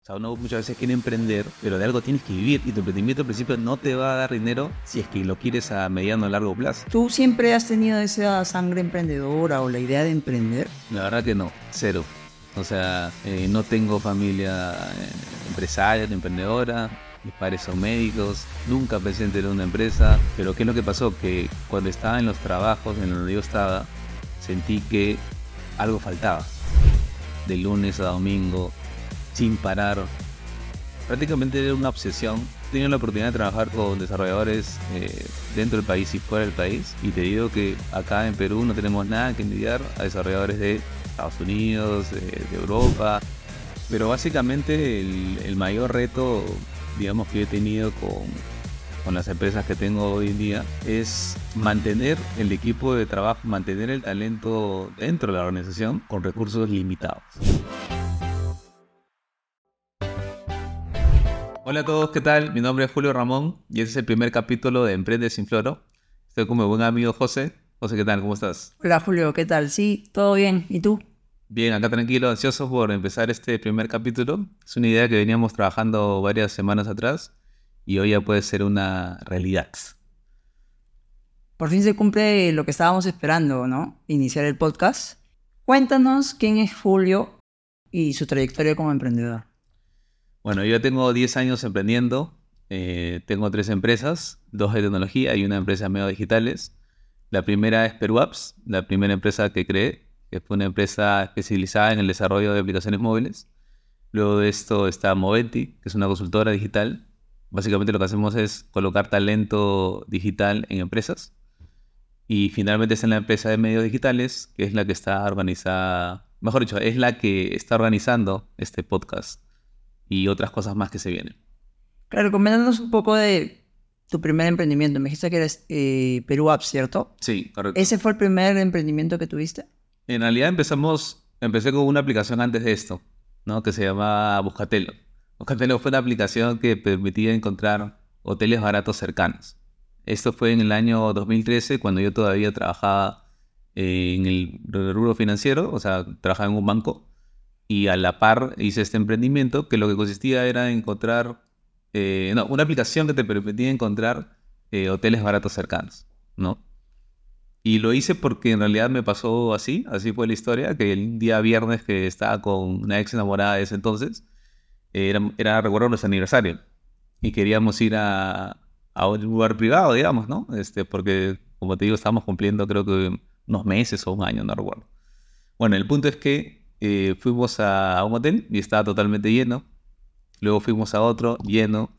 sea, uno muchas veces quiere emprender, pero de algo tienes que vivir y tu emprendimiento al principio no te va a dar dinero si es que lo quieres a mediano o largo plazo. ¿Tú siempre has tenido esa sangre emprendedora o la idea de emprender? La verdad que no, cero. O sea, no tengo familia empresaria, emprendedora, mis padres son médicos, nunca pensé en tener una empresa, pero ¿qué es lo que pasó? Que cuando estaba en los trabajos en donde yo estaba, sentí que algo faltaba. De lunes a domingo, sin parar. Prácticamente era una obsesión. He tenido la oportunidad de trabajar con desarrolladores dentro del país y fuera del país. Y te digo que acá en Perú no tenemos nada que envidiar a desarrolladores de Estados Unidos, de Europa. Pero básicamente el mayor reto, digamos, que he tenido con las empresas que tengo hoy en día es mantener el equipo de trabajo, mantener el talento dentro de la organización con recursos limitados. Hola a todos, ¿qué tal? Mi nombre es Julio Ramón y este es el primer capítulo de Emprende sin Floro. Estoy con mi buen amigo José. José, ¿qué tal? ¿Cómo estás? Hola Julio, ¿qué tal? Sí, todo bien. ¿Y tú? Bien, acá tranquilo, ansioso por empezar este primer capítulo. Es una idea que veníamos trabajando varias semanas atrás y hoy ya puede ser una realidad. Por fin se cumple lo que estábamos esperando, ¿no? Iniciar el podcast. Cuéntanos quién es Julio y su trayectoria como emprendedor. Bueno, yo tengo 10 años emprendiendo. Tengo 3 empresas, 2 de tecnología y una empresa de medios digitales. La primera es Perú Apps, la primera empresa que creé, que fue una empresa especializada en el desarrollo de aplicaciones móviles. Luego de esto está Moventi, que es una consultora digital. Básicamente lo que hacemos es colocar talento digital en empresas. Y finalmente está en la empresa de medios digitales, que es la que está organizada, mejor dicho, es la que está organizando este podcast y otras cosas más que se vienen. Claro, coméntanos un poco de tu primer emprendimiento. Me dijiste que eres Perú Apps, ¿cierto? Sí, correcto. ¿Ese fue el primer emprendimiento que tuviste? En realidad empecé con una aplicación antes de esto, ¿no? Que se llamaba Buscatelo. Buscatelo fue una aplicación que permitía encontrar hoteles baratos cercanos. Esto fue en el año 2013, cuando yo todavía trabajaba en el rubro financiero, o sea, trabajaba en un banco, y a la par hice este emprendimiento que lo que consistía era encontrar, una aplicación que te permitía encontrar hoteles baratos cercanos, ¿no? Y lo hice porque en realidad me pasó así fue la historia, que el día viernes que estaba con una ex enamorada de ese entonces, recuerdo nuestro aniversario, y queríamos ir a un lugar privado, digamos, ¿no? Porque, como te digo, estábamos cumpliendo creo que unos meses o un año, no recuerdo. Bueno, el punto es que fuimos a un hotel y estaba totalmente lleno. Luego fuimos a otro lleno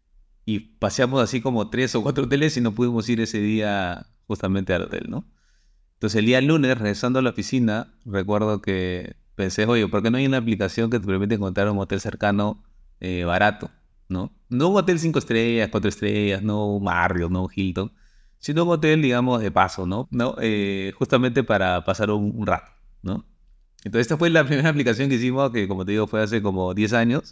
y paseamos así como 3 o 4 hoteles y no pudimos ir ese día justamente al hotel, ¿no? Entonces el día lunes, regresando a la oficina, recuerdo que pensé, oye, ¿por qué no hay una aplicación que te permite encontrar un hotel cercano barato, ¿no? No un hotel 5 estrellas, 4 estrellas, no un Marriott, no un Hilton, sino un hotel, digamos, de paso, ¿no? Justamente para pasar un rato, ¿no? Entonces esta fue la primera aplicación que hicimos, que como te digo fue hace como 10 años,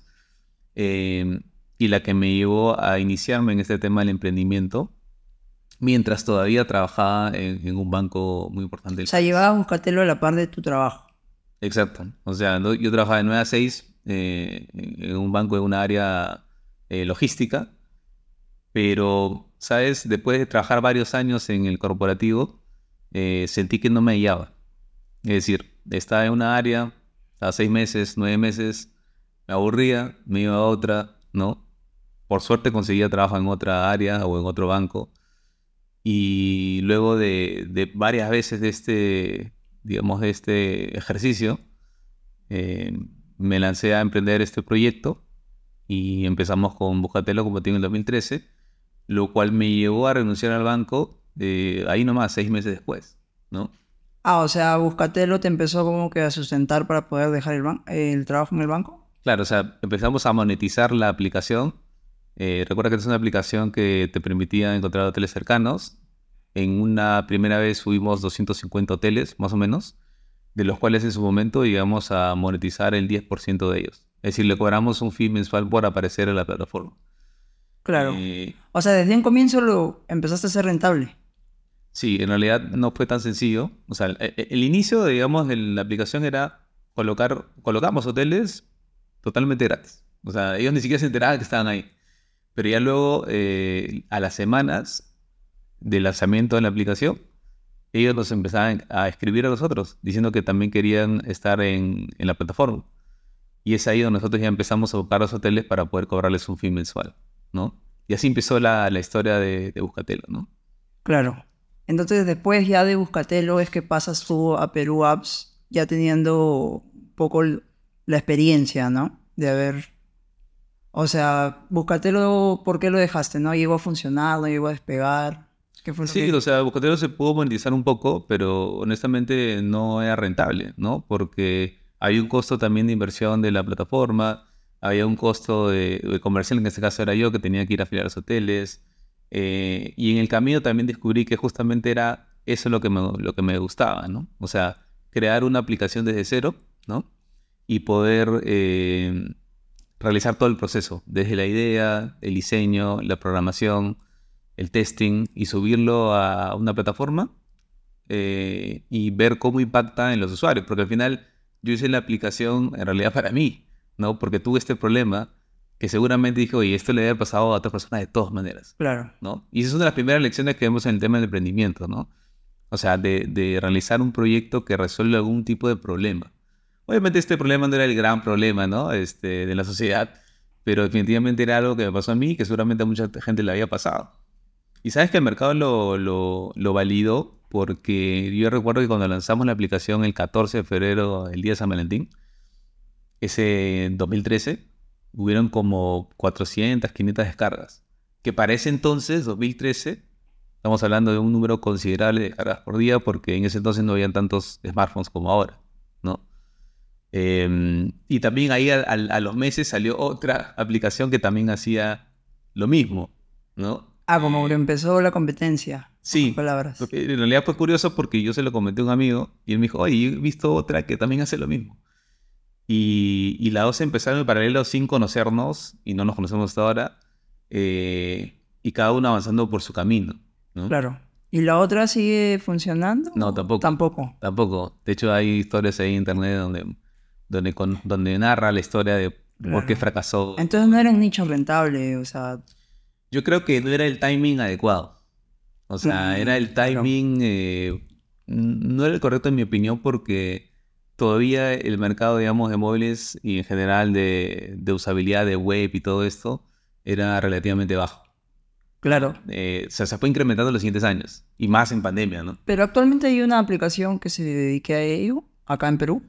y la que me llevó a iniciarme en este tema del emprendimiento, mientras todavía trabajaba en un banco muy importante del O sea, país. llevabas a Buscatelo a la par de tu trabajo. Exacto. O sea, yo trabajaba de 9 a 6 en un banco de una área logística, pero, ¿sabes? Después de trabajar varios años en el corporativo, sentí que no me hallaba. Es decir, estaba en una área, a 6 meses, 9 meses, me aburría, me iba a otra, ¿no? Por suerte conseguía trabajo en otra área o en otro banco. Y luego de varias veces digamos, de este ejercicio, eh, me lancé a emprender este proyecto y empezamos con Buscatelo, como te digo, en 2013, lo cual me llevó a renunciar al banco ahí nomás, 6 meses después, ¿no? Ah, o sea, Buscatelo te empezó como que a sustentar para poder dejar el trabajo en el banco. Claro, o sea, empezamos a monetizar la aplicación. Recuerda que es una aplicación que te permitía encontrar hoteles cercanos. En una primera vez subimos 250 hoteles, más o menos, de los cuales en su momento llegamos a monetizar el 10% de ellos. Es decir, le cobramos un fee mensual por aparecer en la plataforma. Claro. O sea, desde un comienzo lo empezaste a hacer rentable. Sí, en realidad no fue tan sencillo. O sea, el inicio, digamos, de la aplicación era colocamos hoteles totalmente gratis. O sea, ellos ni siquiera se enteraban que estaban ahí. Pero ya luego, a las semanas del lanzamiento de la aplicación, ellos nos empezaban a escribir a nosotros, diciendo que también querían estar en la plataforma. Y es ahí donde nosotros ya empezamos a buscar los hoteles para poder cobrarles un fee mensual, ¿no? Y así empezó la historia de Buscatelo, ¿no? Claro. Entonces, después ya de Buscatelo es que pasas tú a Perú Apps, ya teniendo un poco la experiencia, ¿no? De haber... O sea, Buscatelo, ¿por qué lo dejaste? ¿No llegó a funcionar? ¿No llegó a despegar? ¿Qué fue lo Sí, que...? o sea, Buscatelo se pudo monetizar un poco, pero honestamente no era rentable, ¿no? Porque hay un costo también de inversión de la plataforma, había un costo de comercial, en este caso era yo, que tenía que ir a afiliar a los hoteles. Y en el camino también descubrí que justamente era eso lo que me gustaba, ¿no? O sea, crear una aplicación desde cero, ¿no? Y poder realizar todo el proceso, desde la idea, el diseño, la programación, el testing y subirlo a una plataforma y ver cómo impacta en los usuarios. Porque al final yo hice la aplicación en realidad para mí, ¿no? Porque tuve este problema que seguramente dije, oye, esto le debe haber pasado a otras personas de todas maneras, Claro. ¿no? Y esa es una de las primeras lecciones que vemos en el tema del emprendimiento, ¿no? O sea, de realizar un proyecto que resuelve algún tipo de problema. Obviamente este problema no era el gran problema, ¿no? De la sociedad, pero definitivamente era algo que me pasó a mí y que seguramente a mucha gente le había pasado. Y sabes que el mercado lo validó porque yo recuerdo que cuando lanzamos la aplicación el 14 de febrero, el día de San Valentín, ese 2013, hubieron como 400, 500 descargas. Que para ese entonces, 2013, estamos hablando de un número considerable de descargas por día porque en ese entonces no habían tantos smartphones como ahora, ¿no? Y también ahí a los meses salió otra aplicación que también hacía lo mismo, ¿no? Ah, como que empezó la competencia. En Sí, palabras. porque en realidad fue curioso porque yo se lo comenté a un amigo y él me dijo, oye, he visto otra que también hace lo mismo. Y las dos empezaron en paralelo sin conocernos y no nos conocemos hasta ahora y cada uno avanzando por su camino, ¿no? Claro. ¿Y la otra sigue funcionando? No, tampoco. Tampoco. Tampoco. De hecho, hay historias ahí en internet donde narra la historia de por qué Claro. fracasó. Entonces no era un nicho rentable, o sea... Yo creo que no era el timing adecuado. O sea, era el claro. timing, no era el correcto en mi opinión porque todavía el mercado, digamos, de móviles y en general de usabilidad de web y todo esto era relativamente bajo. Claro. O sea, se fue incrementando en los siguientes años y más en pandemia, ¿no? Pero actualmente hay una aplicación que se dedique a ello, acá en Perú.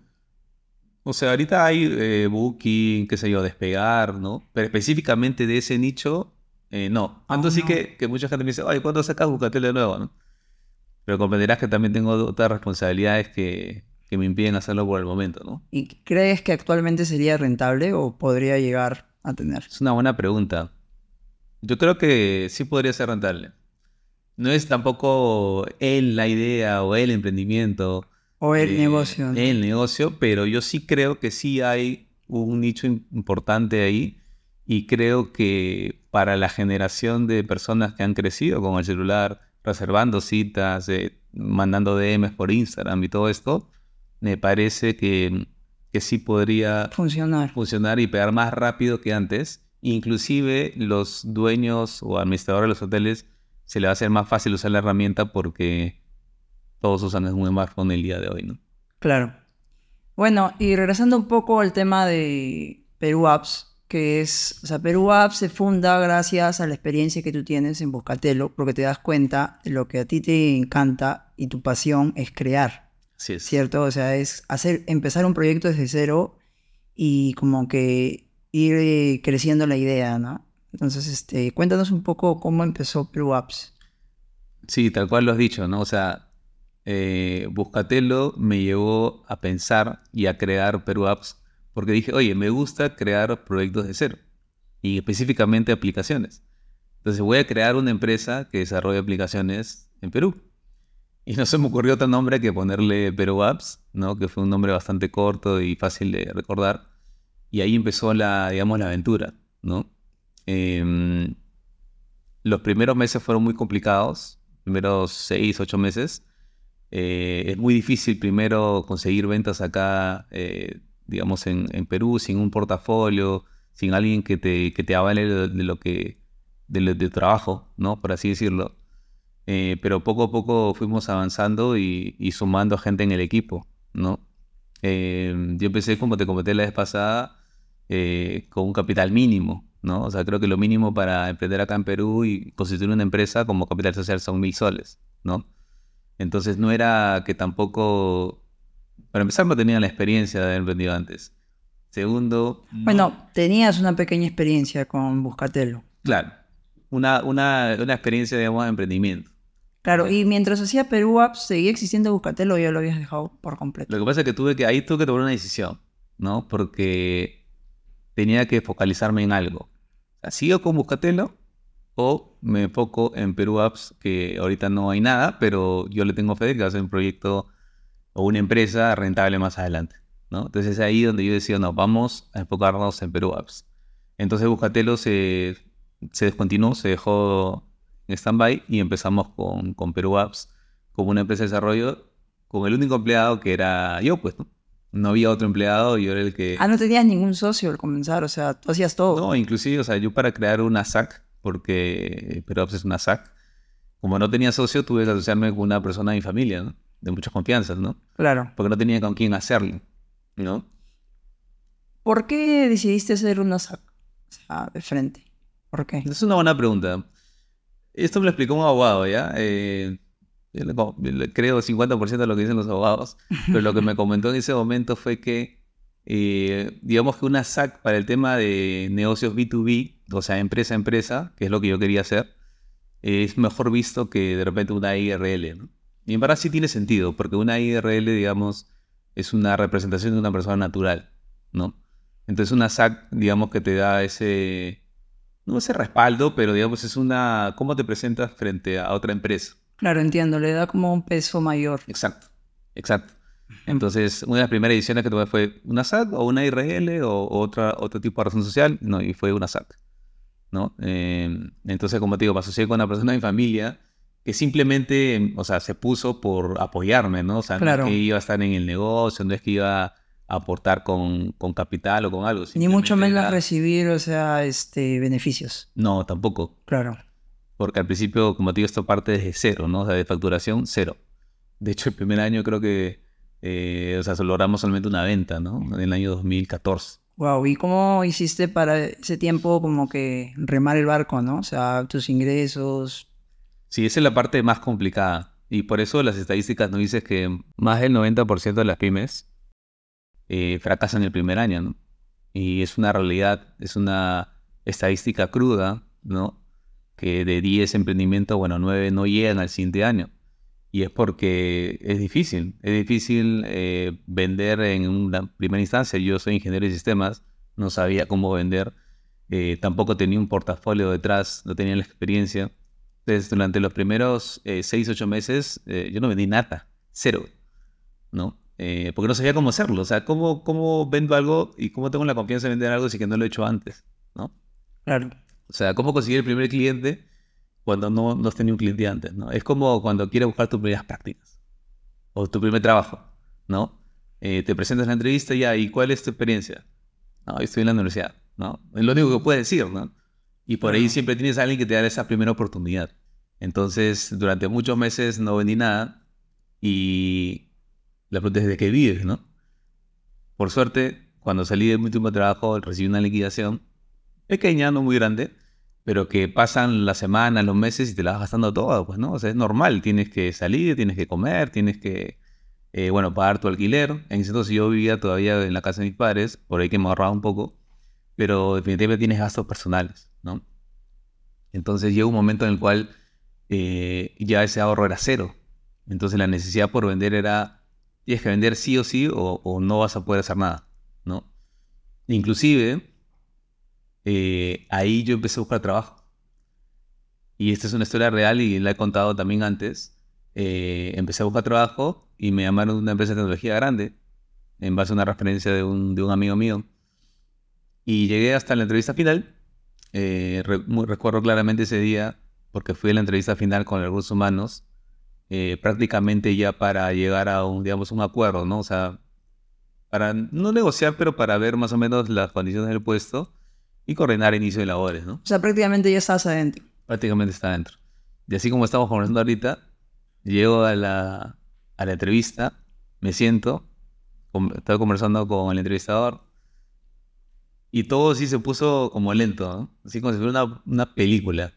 O sea, ahorita hay Booking, qué sé yo, Despegar, ¿no? Pero específicamente de ese nicho, no. Tanto Aún sí no. que mucha gente me dice, oye, ¿cuándo sacas Buscatel de nuevo, no? Pero comprenderás que también tengo otras responsabilidades que me impiden hacerlo por el momento, ¿no? ¿Y crees que actualmente sería rentable o podría llegar a tener? Es una buena pregunta. Yo creo que sí podría ser rentable. No es tampoco él la idea o el emprendimiento, O el negocio, ¿no? el negocio, pero yo sí creo que sí hay un nicho importante ahí y creo que para la generación de personas que han crecido con el celular, reservando citas, mandando DMs por Instagram y todo esto, me parece que sí podría Funcionar. funcionar y pegar más rápido que antes. Inclusive los dueños o administradores de los hoteles se le va a hacer más fácil usar la herramienta porque todos usan un smartphone el día de hoy, ¿no? Claro. Bueno, y regresando un poco al tema de Perú Apps, que es, o sea, Perú Apps se funda gracias a la experiencia que tú tienes en Buscatelo, porque te das cuenta de lo que a ti te encanta y tu pasión es crear, Así es. ¿cierto? O sea, es empezar un proyecto desde cero y como que ir creciendo la idea, ¿no? Entonces, cuéntanos un poco cómo empezó Perú Apps. Sí, tal cual lo has dicho, ¿no? O sea, Buscatelo me llevó a pensar y a crear Perú Apps porque dije, oye, me gusta crear proyectos de cero y específicamente aplicaciones. Entonces voy a crear una empresa que desarrolle aplicaciones en Perú. Y no se me ocurrió otro nombre que ponerle Perú Apps, ¿no? Que fue un nombre bastante corto y fácil de recordar. Y ahí empezó digamos, la aventura, ¿no? Em, los primeros meses fueron muy complicados, primeros 6, 8 meses. Es muy difícil primero conseguir ventas acá, digamos, en Perú, sin un portafolio, sin alguien que te avale de trabajo, ¿no? Por así decirlo. Pero poco a poco fuimos avanzando y sumando gente en el equipo, ¿no? Yo empecé, como te comenté la vez pasada, con un capital mínimo, ¿no? O sea, creo que lo mínimo para emprender acá en Perú y constituir una empresa como capital social son 1.000 soles, ¿no? Entonces no era que tampoco... Para empezar, no tenía la experiencia de haber emprendido antes. Segundo, Bueno, tenías una pequeña experiencia con Buscatelo. claro, una experiencia, digamos, de emprendimiento. Claro, y mientras hacía Perú Apps, ¿seguía existiendo Buscatelo o ya lo habías dejado por completo? Lo que pasa es que ahí tuve que tomar una decisión, ¿no? Porque tenía que focalizarme en algo. O sea, ¿sigo con Buscatelo o me enfoco en Perú Apps, que ahorita no hay nada, pero yo le tengo fe de que va a ser un proyecto o una empresa rentable más adelante, ¿no? Entonces es ahí donde yo decía, no, vamos a enfocarnos en Perú Apps. Entonces Buscatelo se descontinuó, se dejó en stand-by y empezamos con Perú Apps como una empresa de desarrollo con el único empleado que era yo, pues, ¿no? No había otro empleado, yo era el que... Ah, no tenías ningún socio al comenzar, o sea, tú hacías todo. No, inclusive, o sea, yo para crear una SAC, porque Perú Apps es una SAC, como no tenía socio, tuve que asociarme con una persona de mi familia, ¿no? De mucha confianza, ¿no? Claro. Porque no tenía con quién hacerlo, ¿no? ¿Por qué decidiste hacer una SAC? O sea, de frente. ¿Por qué? Es una buena pregunta. Esto me lo explicó un abogado, ¿ya? Yo creo 50% de lo que dicen los abogados, pero lo que me comentó en ese momento fue que, digamos que una SAC para el tema de negocios B2B, o sea, empresa a empresa, que es lo que yo quería hacer, es mejor visto que de repente una IRL, ¿no? Y en verdad sí tiene sentido, porque una IRL, digamos, es una representación de una persona natural, ¿no? Entonces una SAC, digamos que te da no ese respaldo, pero digamos es ¿cómo te presentas frente a otra empresa? Claro, entiendo, le da como un peso mayor. Exacto, exacto. Entonces, una de las primeras ediciones que tuve fue una SAC o una IRL o otro tipo de razón social, no, y fue una SAC, ¿no? Entonces, como te digo, me asocié con una persona de mi familia que simplemente, o sea, se puso por apoyarme, ¿no? O sea, Claro. no es que iba a estar en el negocio, no es que iba a aportar con capital o con algo. Ni mucho simplemente menos era... recibir, o sea, beneficios. No, tampoco. Claro. Porque al principio, como te digo, esto parte desde cero, ¿no? O sea, de facturación, cero. De hecho, el primer año creo que, o sea, logramos solamente una venta, ¿no? En el año 2014. Wow, ¿y cómo hiciste para ese tiempo como que remar el barco, ¿no? O sea, tus ingresos. Sí, esa es la parte más complicada. Y por eso las estadísticas nos dicen que más del 90% de las pymes fracasan el primer año, ¿no? Y es una realidad, es una estadística cruda, ¿no? Que de 10 emprendimientos, bueno, 9 no llegan al siguiente año. Y es porque es difícil vender en una primera instancia. Yo soy ingeniero de sistemas, no sabía cómo vender, tampoco tenía un portafolio detrás, no tenía la experiencia. Entonces, durante los primeros 6, 8 meses, yo no vendí nada, cero, ¿no? Porque no sabía cómo hacerlo, o sea, cómo vendo algo y cómo tengo la confianza de vender algo si que no lo he hecho antes, ¿no? Claro. O sea, cómo conseguir el primer cliente cuando no has tenido un cliente antes, ¿no? Es como cuando quieres buscar tus primeras prácticas o tu primer trabajo, ¿no? Te presentas en la entrevista y ya, ¿y cuál es tu experiencia? No, yo estoy en la universidad, ¿no? Es lo único que puedes decir, ¿no? Y por ahí siempre tienes a alguien que te da esa primera oportunidad. Entonces, durante muchos meses no vendí nada y la pregunta es de qué vives, ¿no? Por suerte, cuando salí de mi último trabajo, recibí una liquidación pequeña, no muy grande, pero que pasan las semanas, los meses y te la vas gastando todo, pues, ¿no? O sea, es normal, tienes que salir, tienes que comer, tienes que, bueno, pagar tu alquiler. En ese entonces yo vivía todavía en la casa de mis padres, por ahí que me ahorraba un poco, pero definitivamente tienes gastos personales, ¿no? Entonces llega un momento en el cual ya ese ahorro era cero. Entonces la necesidad por vender era, tienes que vender sí o sí o no vas a poder hacer nada, ¿no? Inclusive, ahí yo empecé a buscar trabajo. Y esta es una historia real y la he contado también antes. Empecé a buscar trabajo y me llamaron de una empresa de tecnología grande en base a una referencia de un amigo mío. Y llegué hasta la entrevista final. Recuerdo claramente ese día porque fui a la entrevista final con los recursos humanos, prácticamente ya para llegar a digamos, un acuerdo, ¿no? O sea, para no negociar, pero para ver más o menos las condiciones del puesto. y coordinar inicio de labores, ¿no? O sea, prácticamente ya estás adentro. Prácticamente está adentro. Y así como estamos conversando ahorita, llego a la entrevista, me siento, estaba conversando con el entrevistador y todo sí se puso como lento, ¿no? Así como si fuera una película.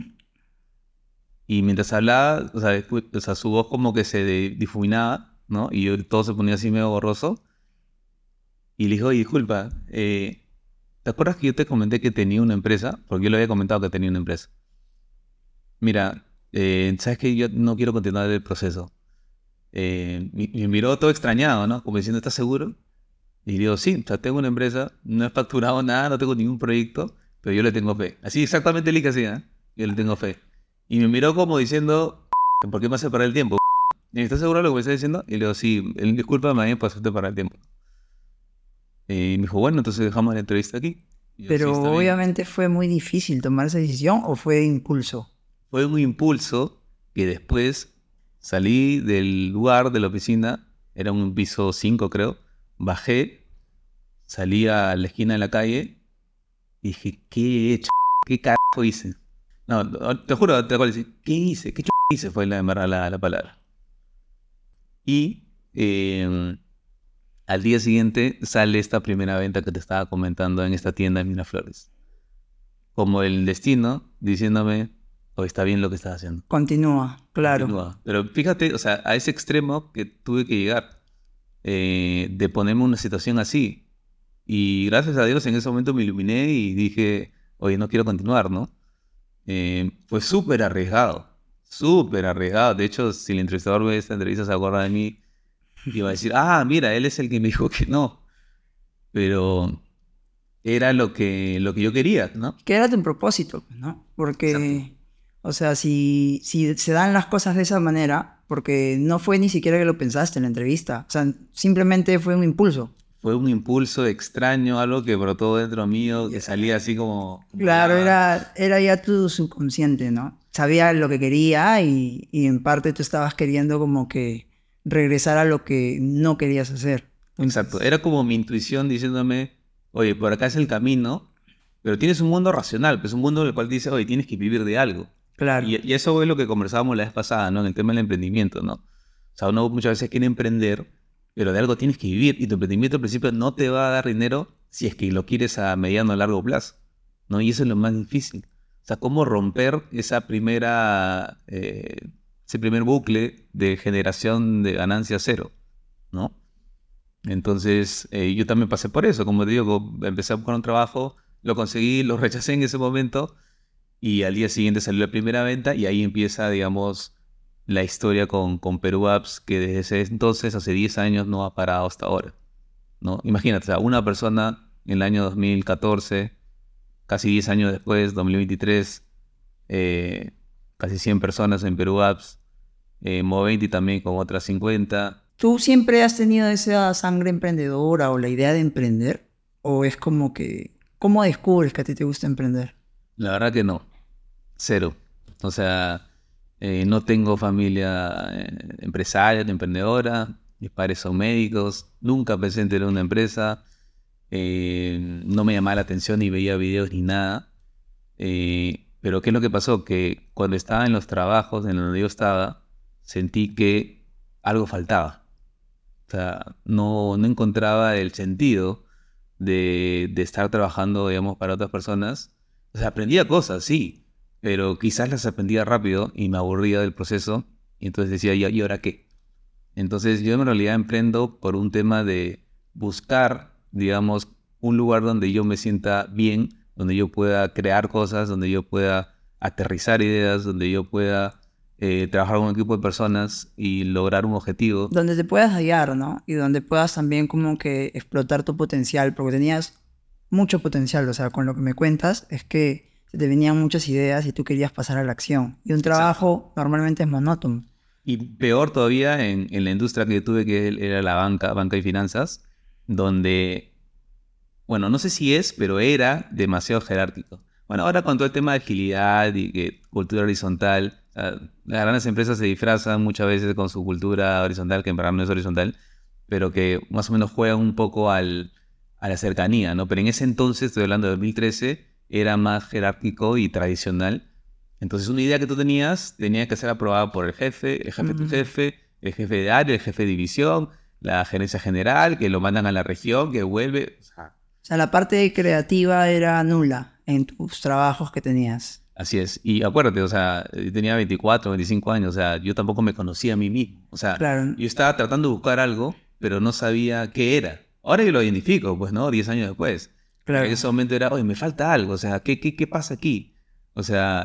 Y mientras hablaba, o sea, su voz como que se difuminaba, ¿no? Y todo se ponía así medio borroso. Y le dijo, oye, disculpa, ¿te acuerdas que yo te comenté que tenía una empresa? Porque yo le había comentado que tenía una empresa. Mira, sabes que yo no quiero continuar el proceso. Me miró todo extrañado, ¿no? Como diciendo, ¿estás seguro? Y digo, sí, o sea, tengo una empresa, no he facturado nada, no tengo ningún proyecto, pero yo le tengo fe. Así exactamente le dije así, ¿eh? Yo le tengo fe. Y me miró como diciendo, ¿por qué me hace perder el tiempo? ¿Y estás seguro de lo que me está diciendo? Y le digo, sí, discúlpame a mí por hacerte perder el tiempo. Y me dijo, bueno, entonces dejamos la entrevista aquí. Y yo, sí, Pero está bien. obviamente fue muy difícil tomar esa decisión o fue de impulso. Fue un impulso que después salí del lugar de la oficina, era un piso 5 creo, bajé, salí a la esquina de la calle y dije, ¿qué he hecho? ¿Qué carajo hice? No, te juro, te acuerdas, ¿qué hice? ¿Qué hice? Fue en verdad la palabra. Y al día siguiente sale esta primera venta que te estaba comentando en esta tienda de Miraflores. Como el destino diciéndome, oh, está bien lo que estás haciendo. Continúa, claro. Continúa. Pero fíjate, o sea, a ese extremo que tuve que llegar, de ponerme en una situación así. Y gracias a Dios en ese momento me iluminé y dije, oye, no quiero continuar, ¿no? Fue súper arriesgado, súper arriesgado. De hecho, si el entrevistador ve esta entrevista se acuerda de mí, iba a decir, ah, mira, él es el que me dijo que no. Pero era lo que yo quería, ¿no? Que era tu propósito, ¿no? Porque, Exacto. o sea, si se dan las cosas de esa manera, porque no fue ni siquiera que lo pensaste en la entrevista, o sea, simplemente fue un impulso. Fue un impulso extraño, algo que brotó dentro mío, que salía así como Claro, lava. era ya tu subconsciente, ¿no? Sabía lo que quería y en parte tú estabas queriendo como que regresar a lo que no querías hacer. Exacto, Entonces, era como mi intuición diciéndome, oye, por acá es el camino, pero tienes un mundo racional, pues un mundo en el cual dice, oye, tienes que vivir de algo. claro, Y eso es lo que conversábamos la vez pasada, ¿no? En el tema del emprendimiento, ¿no? O sea, uno muchas veces quiere emprender, pero de algo tienes que vivir y tu emprendimiento al principio no te va a dar dinero si es que lo quieres a mediano o largo plazo, ¿no? Y eso es lo más difícil. O sea, cómo romper ese primer bucle de generación de ganancia cero, ¿no? Entonces, yo también pasé por eso, como te digo, empecé a buscar un trabajo, lo conseguí, lo rechacé en ese momento y al día siguiente salió la primera venta y ahí empieza, digamos, la historia con Perú Apps, que desde ese entonces, hace 10 años, no ha parado hasta ahora, ¿no? Imagínate, o sea, una persona en el año 2014, casi 10 años después, 2023, eh, casi 100 personas en Perú Apps, Moventi también con otras 50. ¿tú siempre has tenido esa sangre emprendedora o la idea de emprender? ¿O es como que, cómo descubres que a ti te gusta emprender? La verdad que no. Cero. O sea, no tengo familia empresaria, ni emprendedora. Mis padres son médicos. Nunca pensé en tener una empresa. No me llamaba la atención ni veía videos ni nada. Pero ¿qué es lo que pasó? Que cuando estaba en los trabajos en donde yo estaba, sentí que algo faltaba. O sea, no encontraba el sentido de estar trabajando, digamos, para otras personas. O sea, aprendía cosas, sí, pero quizás las aprendía rápido y me aburría del proceso. Y entonces decía, ¿y ahora qué? Entonces yo en realidad emprendo por un tema de buscar, digamos, un lugar donde yo me sienta bien, donde yo pueda crear cosas, donde yo pueda aterrizar ideas, donde yo pueda trabajar con un equipo de personas y lograr un objetivo. Donde te puedas hallar, ¿no? Y donde puedas también como que explotar tu potencial, porque tenías mucho potencial, o sea, con lo que me cuentas es que se te venían muchas ideas y tú querías pasar a la acción. Y un Exacto. trabajo normalmente es monótono. Y peor todavía en la industria que tuve, que era la banca y finanzas, donde, bueno, no sé si es, pero era demasiado jerárquico. Bueno, ahora con todo el tema de agilidad y que cultura horizontal, o sea, las grandes empresas se disfrazan muchas veces con su cultura horizontal, que en verdad no es horizontal, pero que más o menos juegan un poco a la cercanía, ¿no? Pero en ese entonces, estoy hablando de 2013, era más jerárquico y tradicional. Entonces una idea que tú tenías tenía que ser aprobada por el jefe de tu jefe, el jefe de área, el jefe de división, la gerencia general, que lo mandan a la región, que vuelve. O sea, la parte creativa era nula en tus trabajos que tenías. Así es. Y acuérdate, o sea, yo tenía 24, 25 años, o sea, yo tampoco me conocía a mí mismo. O sea, Claro, yo estaba tratando de buscar algo, pero no sabía qué era. Ahora yo lo identifico, pues, ¿no? 10 años después. En claro. ese momento era, oye, me falta algo, o sea, ¿qué pasa aquí? O sea,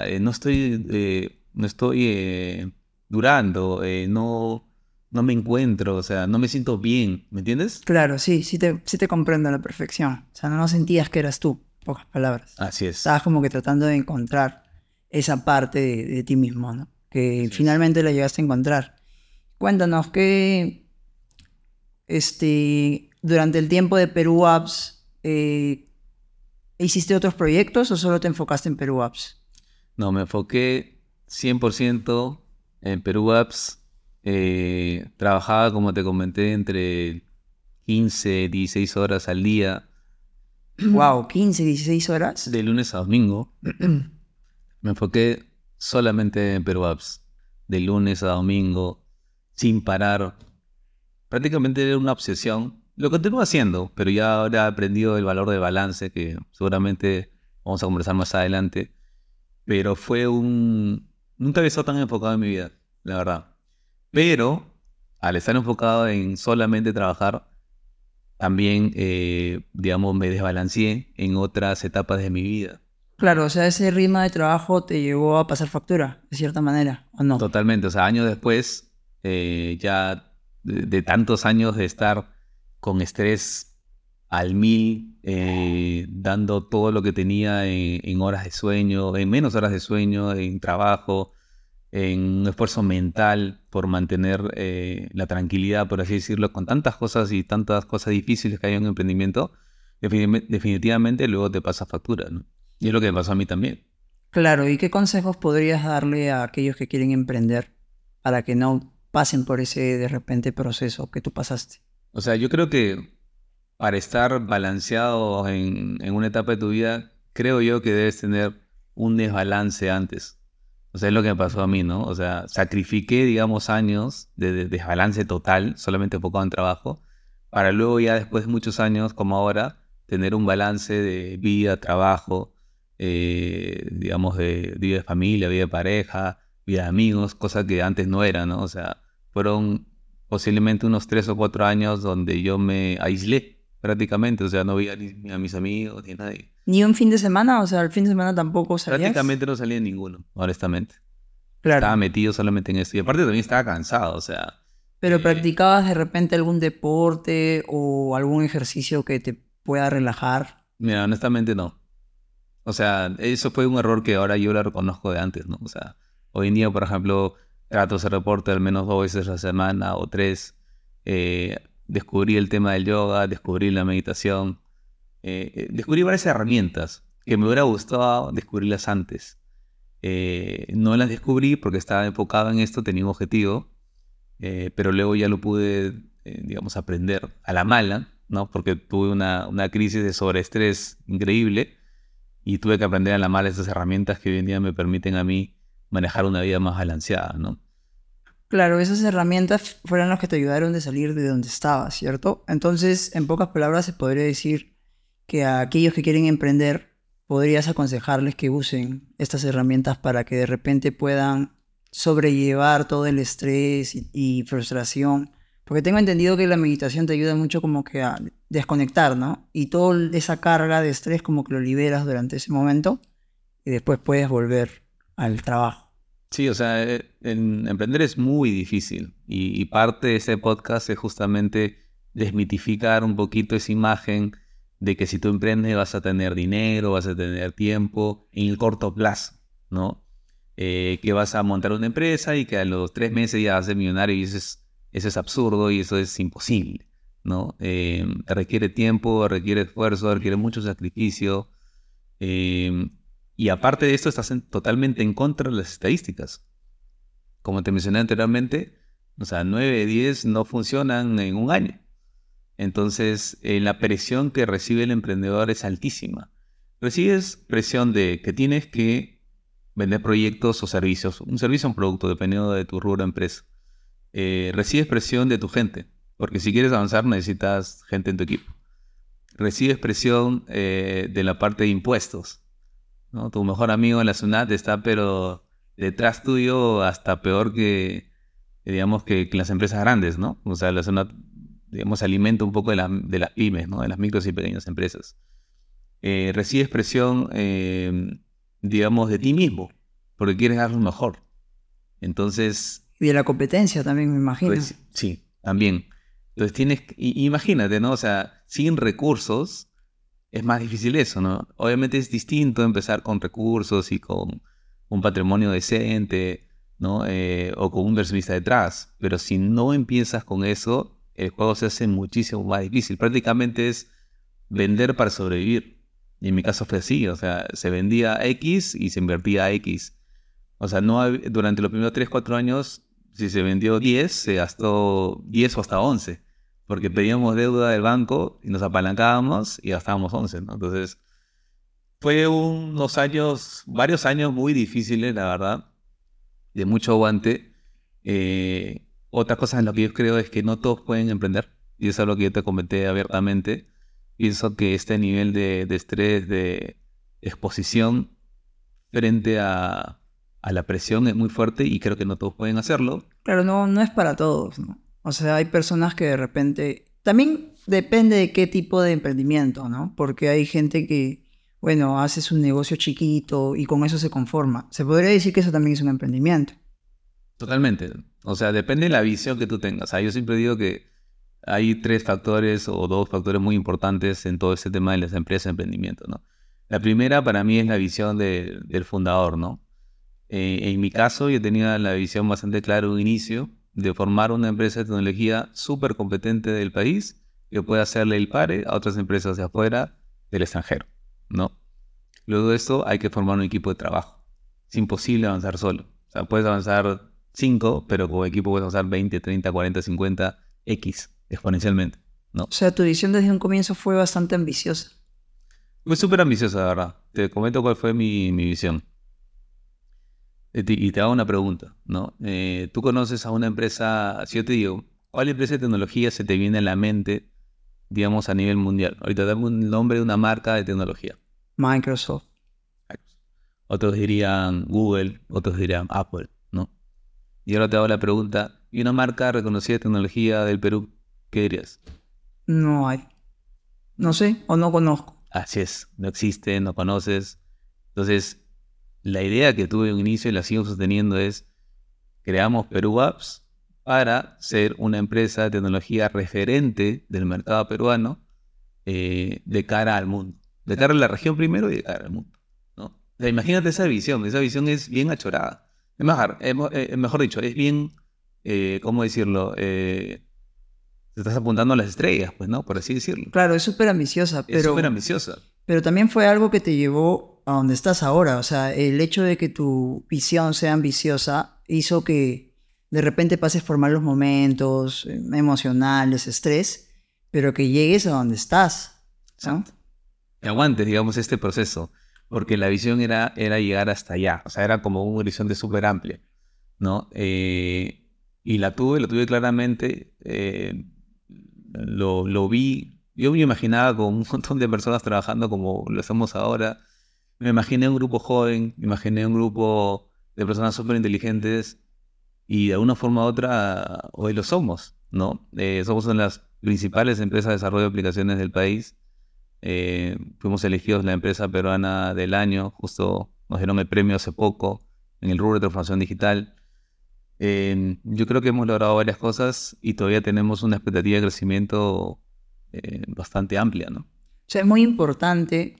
no estoy durando, no me encuentro, o sea, no me siento bien, ¿me entiendes? Claro, sí, sí te comprendo a la perfección. O sea, no sentías que eras tú, en pocas palabras. Así es. Estabas como que tratando de encontrar esa parte de ti mismo, ¿no? Que Así es. finalmente la llegaste a encontrar. Cuéntanos, durante el tiempo de Perú Apps, ¿hiciste otros proyectos o solo te enfocaste en Perú Apps? No, me enfoqué 100% en Perú Apps. Trabajaba, como te comenté, entre 15, 16 horas al día, Wow, 15, 16 horas. de lunes a domingo. Me enfoqué solamente en Perú Apps, de lunes a domingo, sin parar. Prácticamente era una obsesión. Lo continúo haciendo, pero ya ahora he aprendido el valor de balance, que seguramente vamos a conversar más adelante. Pero nunca había estado tan enfocado en mi vida, la verdad. Pero al estar enfocado en solamente trabajar, también, digamos, me desbalanceé en otras etapas de mi vida. Claro, o sea, ese ritmo de trabajo te llevó a pasar factura, de cierta manera, ¿o no? Totalmente, o sea, años después, ya de tantos años de estar con estrés al mil, dando todo lo que tenía en horas de sueño, en menos horas de sueño, en trabajo, en un esfuerzo mental por mantener la tranquilidad, por así decirlo, con tantas cosas y tantas cosas difíciles que hay en un emprendimiento, definitivamente luego te pasa factura, ¿no? Y es lo que me pasó a mí también. Claro, ¿y qué consejos podrías darle a aquellos que quieren emprender para que no pasen por ese de repente proceso que tú pasaste? O sea, yo creo que para estar balanceado en una etapa de tu vida, creo yo que debes tener un desbalance antes. O sea, es lo que me pasó a mí, ¿no? O sea, sacrifiqué, digamos, años de desbalance total, solamente enfocado en trabajo, para luego ya después de muchos años, como ahora, tener un balance de vida, trabajo, digamos, de vida de familia, vida de pareja, vida de amigos, cosa que antes no era, ¿no? O sea, fueron posiblemente unos 3 o 4 años donde yo me aislé prácticamente, o sea, no veía ni a mis amigos ni a nadie. ¿Ni un fin de semana? O sea, el fin de semana tampoco salías. Prácticamente no salía ninguno, honestamente. Estaba Claro, metido solamente en esto. Y aparte también estaba cansado, o sea, pero ¿practicabas de repente algún deporte o algún ejercicio que te pueda relajar? mira, honestamente no. O sea, eso fue un error que ahora yo lo reconozco de antes, ¿no? O sea, hoy en día, por ejemplo, trato de hacer deporte al menos 2 veces a la semana o 3. Descubrí el tema del yoga, descubrí la meditación, descubrí varias herramientas que me hubiera gustado descubrirlas antes. No las descubrí porque estaba enfocado en esto, tenía un objetivo, pero luego ya lo pude, digamos, aprender a la mala, ¿no? Porque tuve una crisis de sobreestrés increíble y tuve que aprender a la mala estas herramientas que hoy en día me permiten a mí manejar una vida más balanceada, ¿no? Claro, esas herramientas fueron las que te ayudaron de salir de donde estabas, ¿cierto? Entonces, en pocas palabras, se podría decir que a aquellos que quieren emprender, podrías aconsejarles que usen estas herramientas para que de repente puedan sobrellevar todo el estrés y frustración. Porque tengo entendido que la meditación te ayuda mucho como que a desconectar, ¿no? Y toda esa carga de estrés como que lo liberas durante ese momento y después puedes volver al trabajo. Sí, o sea, emprender es muy difícil y parte de este podcast es justamente desmitificar un poquito esa imagen de que si tú emprendes vas a tener dinero, vas a tener tiempo en el corto plazo, ¿no? Que vas a montar una empresa y que a los 3 meses ya vas a ser millonario y eso es absurdo y eso es imposible, ¿no? Requiere tiempo, requiere esfuerzo, requiere mucho sacrificio. eh, y aparte de esto, estás totalmente en contra de las estadísticas. Como te mencioné anteriormente, o sea, 9 de 10 no funcionan en un año. Entonces, la presión que recibe el emprendedor es altísima. Recibes presión de que tienes que vender proyectos o servicios, un servicio o un producto, dependiendo de tu rubro de empresa. Recibes presión de tu gente, porque si quieres avanzar necesitas gente en tu equipo. Recibes presión de la parte de impuestos, ¿no? Tu mejor amigo en la SUNAT está, pero detrás tuyo hasta peor digamos, que las empresas grandes, ¿no? O sea, la SUNAT, digamos, alimenta un poco de las pymes, ¿no? De las micros y pequeñas empresas. Recibes presión, digamos, de ti mismo, porque quieres dar lo mejor. Entonces, Y de la competencia también, me imagino. pues, sí, también. Entonces imagínate, ¿no? O sea, sin recursos es más difícil eso, ¿no? Obviamente es distinto empezar con recursos y con un patrimonio decente, ¿no? O con un inversionista detrás. Pero si no empiezas con eso, el juego se hace muchísimo más difícil. Prácticamente es vender para sobrevivir. Y en mi caso fue así, o sea, se vendía X y se invertía X. O sea, durante los primeros 3 4 años, si se vendió 10 se gastó 10 o hasta 11 porque pedíamos deuda del banco y nos apalancábamos y gastábamos 11, ¿no? Entonces, fue varios años muy difíciles, la verdad, de mucho aguante. Otra cosa en lo que yo creo es que no todos pueden emprender, y eso es lo que yo te comenté abiertamente. Pienso que este nivel de estrés, de exposición frente a la presión es muy fuerte y creo que no todos pueden hacerlo. Claro, no es para todos, ¿no? O sea, hay personas que de repente... También depende de qué tipo de emprendimiento, ¿no? Porque hay gente que, bueno, hace su negocio chiquito y con eso se conforma. Se podría decir que eso también es un emprendimiento. Totalmente. O sea, depende de la visión que tú tengas. O sea, yo siempre digo que hay 3 factores o 2 factores muy importantes en todo este tema de las empresas de emprendimiento, ¿no? La primera para mí es la visión del fundador, ¿no? En mi caso, yo tenía la visión bastante clara de un inicio de formar una empresa de tecnología súper competente del país que pueda hacerle el pare a otras empresas de afuera del extranjero, ¿no? Luego de esto hay que formar un equipo de trabajo. Es imposible avanzar solo. O sea, puedes avanzar 5, pero como equipo puedes avanzar 20, 30, 40, 50, X, exponencialmente, ¿no? O sea, tu visión desde un comienzo fue bastante ambiciosa. Fue súper ambiciosa, la verdad. Te comento cuál fue mi visión. Y te hago una pregunta, ¿no? ¿Tú conoces a una empresa, si yo te digo, cuál empresa de tecnología se te viene a la mente, digamos, a nivel mundial? Ahorita dame un nombre de una marca de tecnología. Microsoft. Otros dirían Google, otros dirían Apple, ¿no? Y ahora te hago la pregunta, ¿y una marca reconocida de tecnología del Perú? ¿Qué dirías? No hay. No sé o no conozco. Así es, no existe, no conoces. Entonces, la idea que tuve en un inicio y la sigo sosteniendo es, creamos Perú Apps para ser una empresa de tecnología referente del mercado peruano de cara al mundo. De cara a la región primero y de cara al mundo, ¿no? O sea, imagínate esa visión es bien achorada. Mejor dicho, es bien, ¿cómo decirlo? Te estás apuntando a las estrellas, pues, ¿no? Por así decirlo. Claro, es súper ambiciosa, Es súper ambiciosa. pero también fue algo que te llevó a donde estás ahora. O sea, el hecho de que tu visión sea ambiciosa hizo que de repente pases por malos momentos emocionales, estrés, pero que llegues a donde estás, ¿no? Exacto. Que aguantes, digamos, este proceso, porque la visión era llegar hasta allá, o sea, era como un horizonte súper amplio, ¿no? Y la tuve claramente, lo vi, yo me imaginaba con un montón de personas trabajando como lo hacemos ahora, me imaginé un grupo joven, me imaginé un grupo de personas súper inteligentes y de alguna forma u otra hoy lo somos, ¿no? Somos una de las principales empresas de desarrollo de aplicaciones del país. Fuimos elegidos la empresa peruana del año, justo nos dieron el premio hace poco en el rubro de transformación digital. Yo creo que hemos logrado varias cosas y todavía tenemos una expectativa de crecimiento bastante amplia, ¿no? O sea, es muy importante,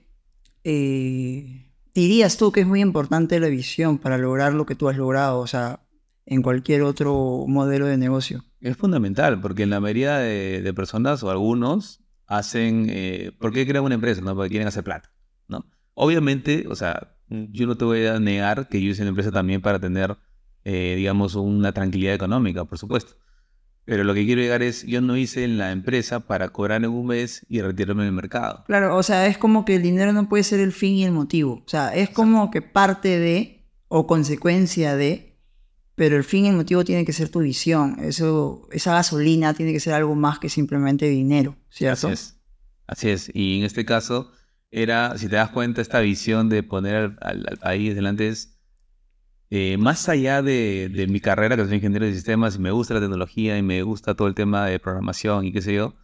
dirías tú que es muy importante la visión para lograr lo que tú has logrado, o sea, en cualquier otro modelo de negocio. Es fundamental porque en la mayoría de personas o algunos hacen, ¿por qué crean una empresa? ¿No? Porque quieren hacer plata, ¿no? Obviamente, o sea, yo no te voy a negar que yo hice una empresa también para tener, digamos, una tranquilidad económica, por supuesto. Pero lo que quiero llegar es, yo no hice en la empresa para cobrar en un mes y retirarme del mercado. Claro, o sea, es como que el dinero no puede ser el fin y el motivo. O sea, es como que parte de o consecuencia de, pero el fin y el motivo tiene que ser tu visión. Eso, esa gasolina tiene que ser algo más que simplemente dinero, ¿cierto? Así es. Así es. Y en este caso era, si te das cuenta, esta visión de poner al país delante es, más allá de mi carrera, que soy ingeniero de sistemas, y me gusta la tecnología y me gusta todo el tema de programación y qué sé yo,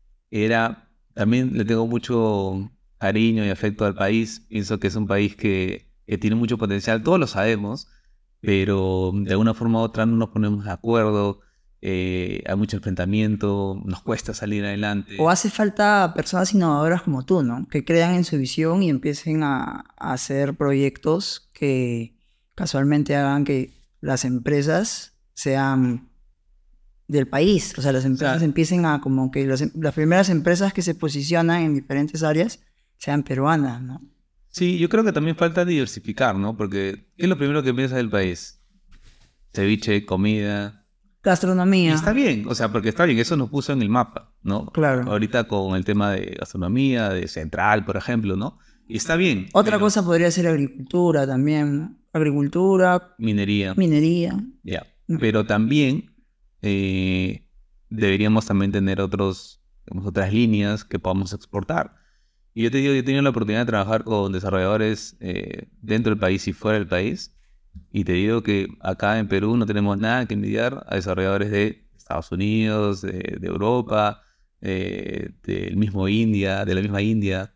también le tengo mucho cariño y afecto al país. Pienso que es un país que tiene mucho potencial, todos lo sabemos, pero de alguna forma u otra no nos ponemos de acuerdo, hay mucho enfrentamiento, nos cuesta salir adelante. O hace falta personas innovadoras como tú, ¿no? Que crean en su visión y empiecen a hacer proyectos que casualmente hagan que las empresas sean del país. O sea, las empresas empiecen a como que las primeras empresas que se posicionan en diferentes áreas sean peruanas, ¿no? Sí, yo creo que también falta diversificar, ¿no? Porque ¿qué es lo primero que piensas del país? Ceviche, comida. Y Gastronomía. está bien, o sea, porque está bien, eso nos puso en el mapa, ¿no? Claro. Ahorita con el tema de gastronomía, de Central, por ejemplo, ¿no? Y está bien. Otra cosa podría ser agricultura también, ¿no? Agricultura, Minería. minería. Ya. Pero también deberíamos también tener otras líneas que podamos exportar. Y yo te digo, yo he tenido la oportunidad de trabajar con desarrolladores dentro del país y fuera del país. Y te digo que acá en Perú no tenemos nada que envidiar a desarrolladores de Estados Unidos, de Europa, del mismo India, de la misma India,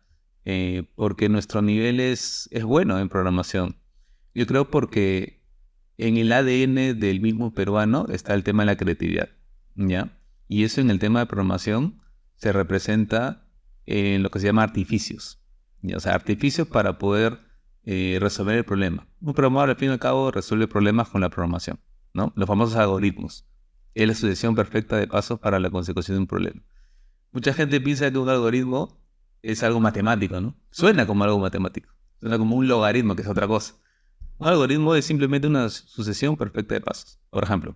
porque nuestro nivel es bueno en programación. Yo creo porque en el ADN del mismo peruano está el tema de la creatividad, ¿ya? Y eso en el tema de programación se representa en lo que se llama artificios, ¿ya? O sea, artificios para poder resolver el problema. Un programador, al fin y al cabo, resuelve problemas con la programación, ¿no? Los famosos algoritmos. Es la sucesión perfecta de pasos para la consecución de un problema. Mucha gente piensa que un algoritmo es algo matemático, ¿no? Suena como algo matemático. Suena como un logaritmo, que es otra cosa. Un algoritmo es simplemente una sucesión perfecta de pasos. Por ejemplo,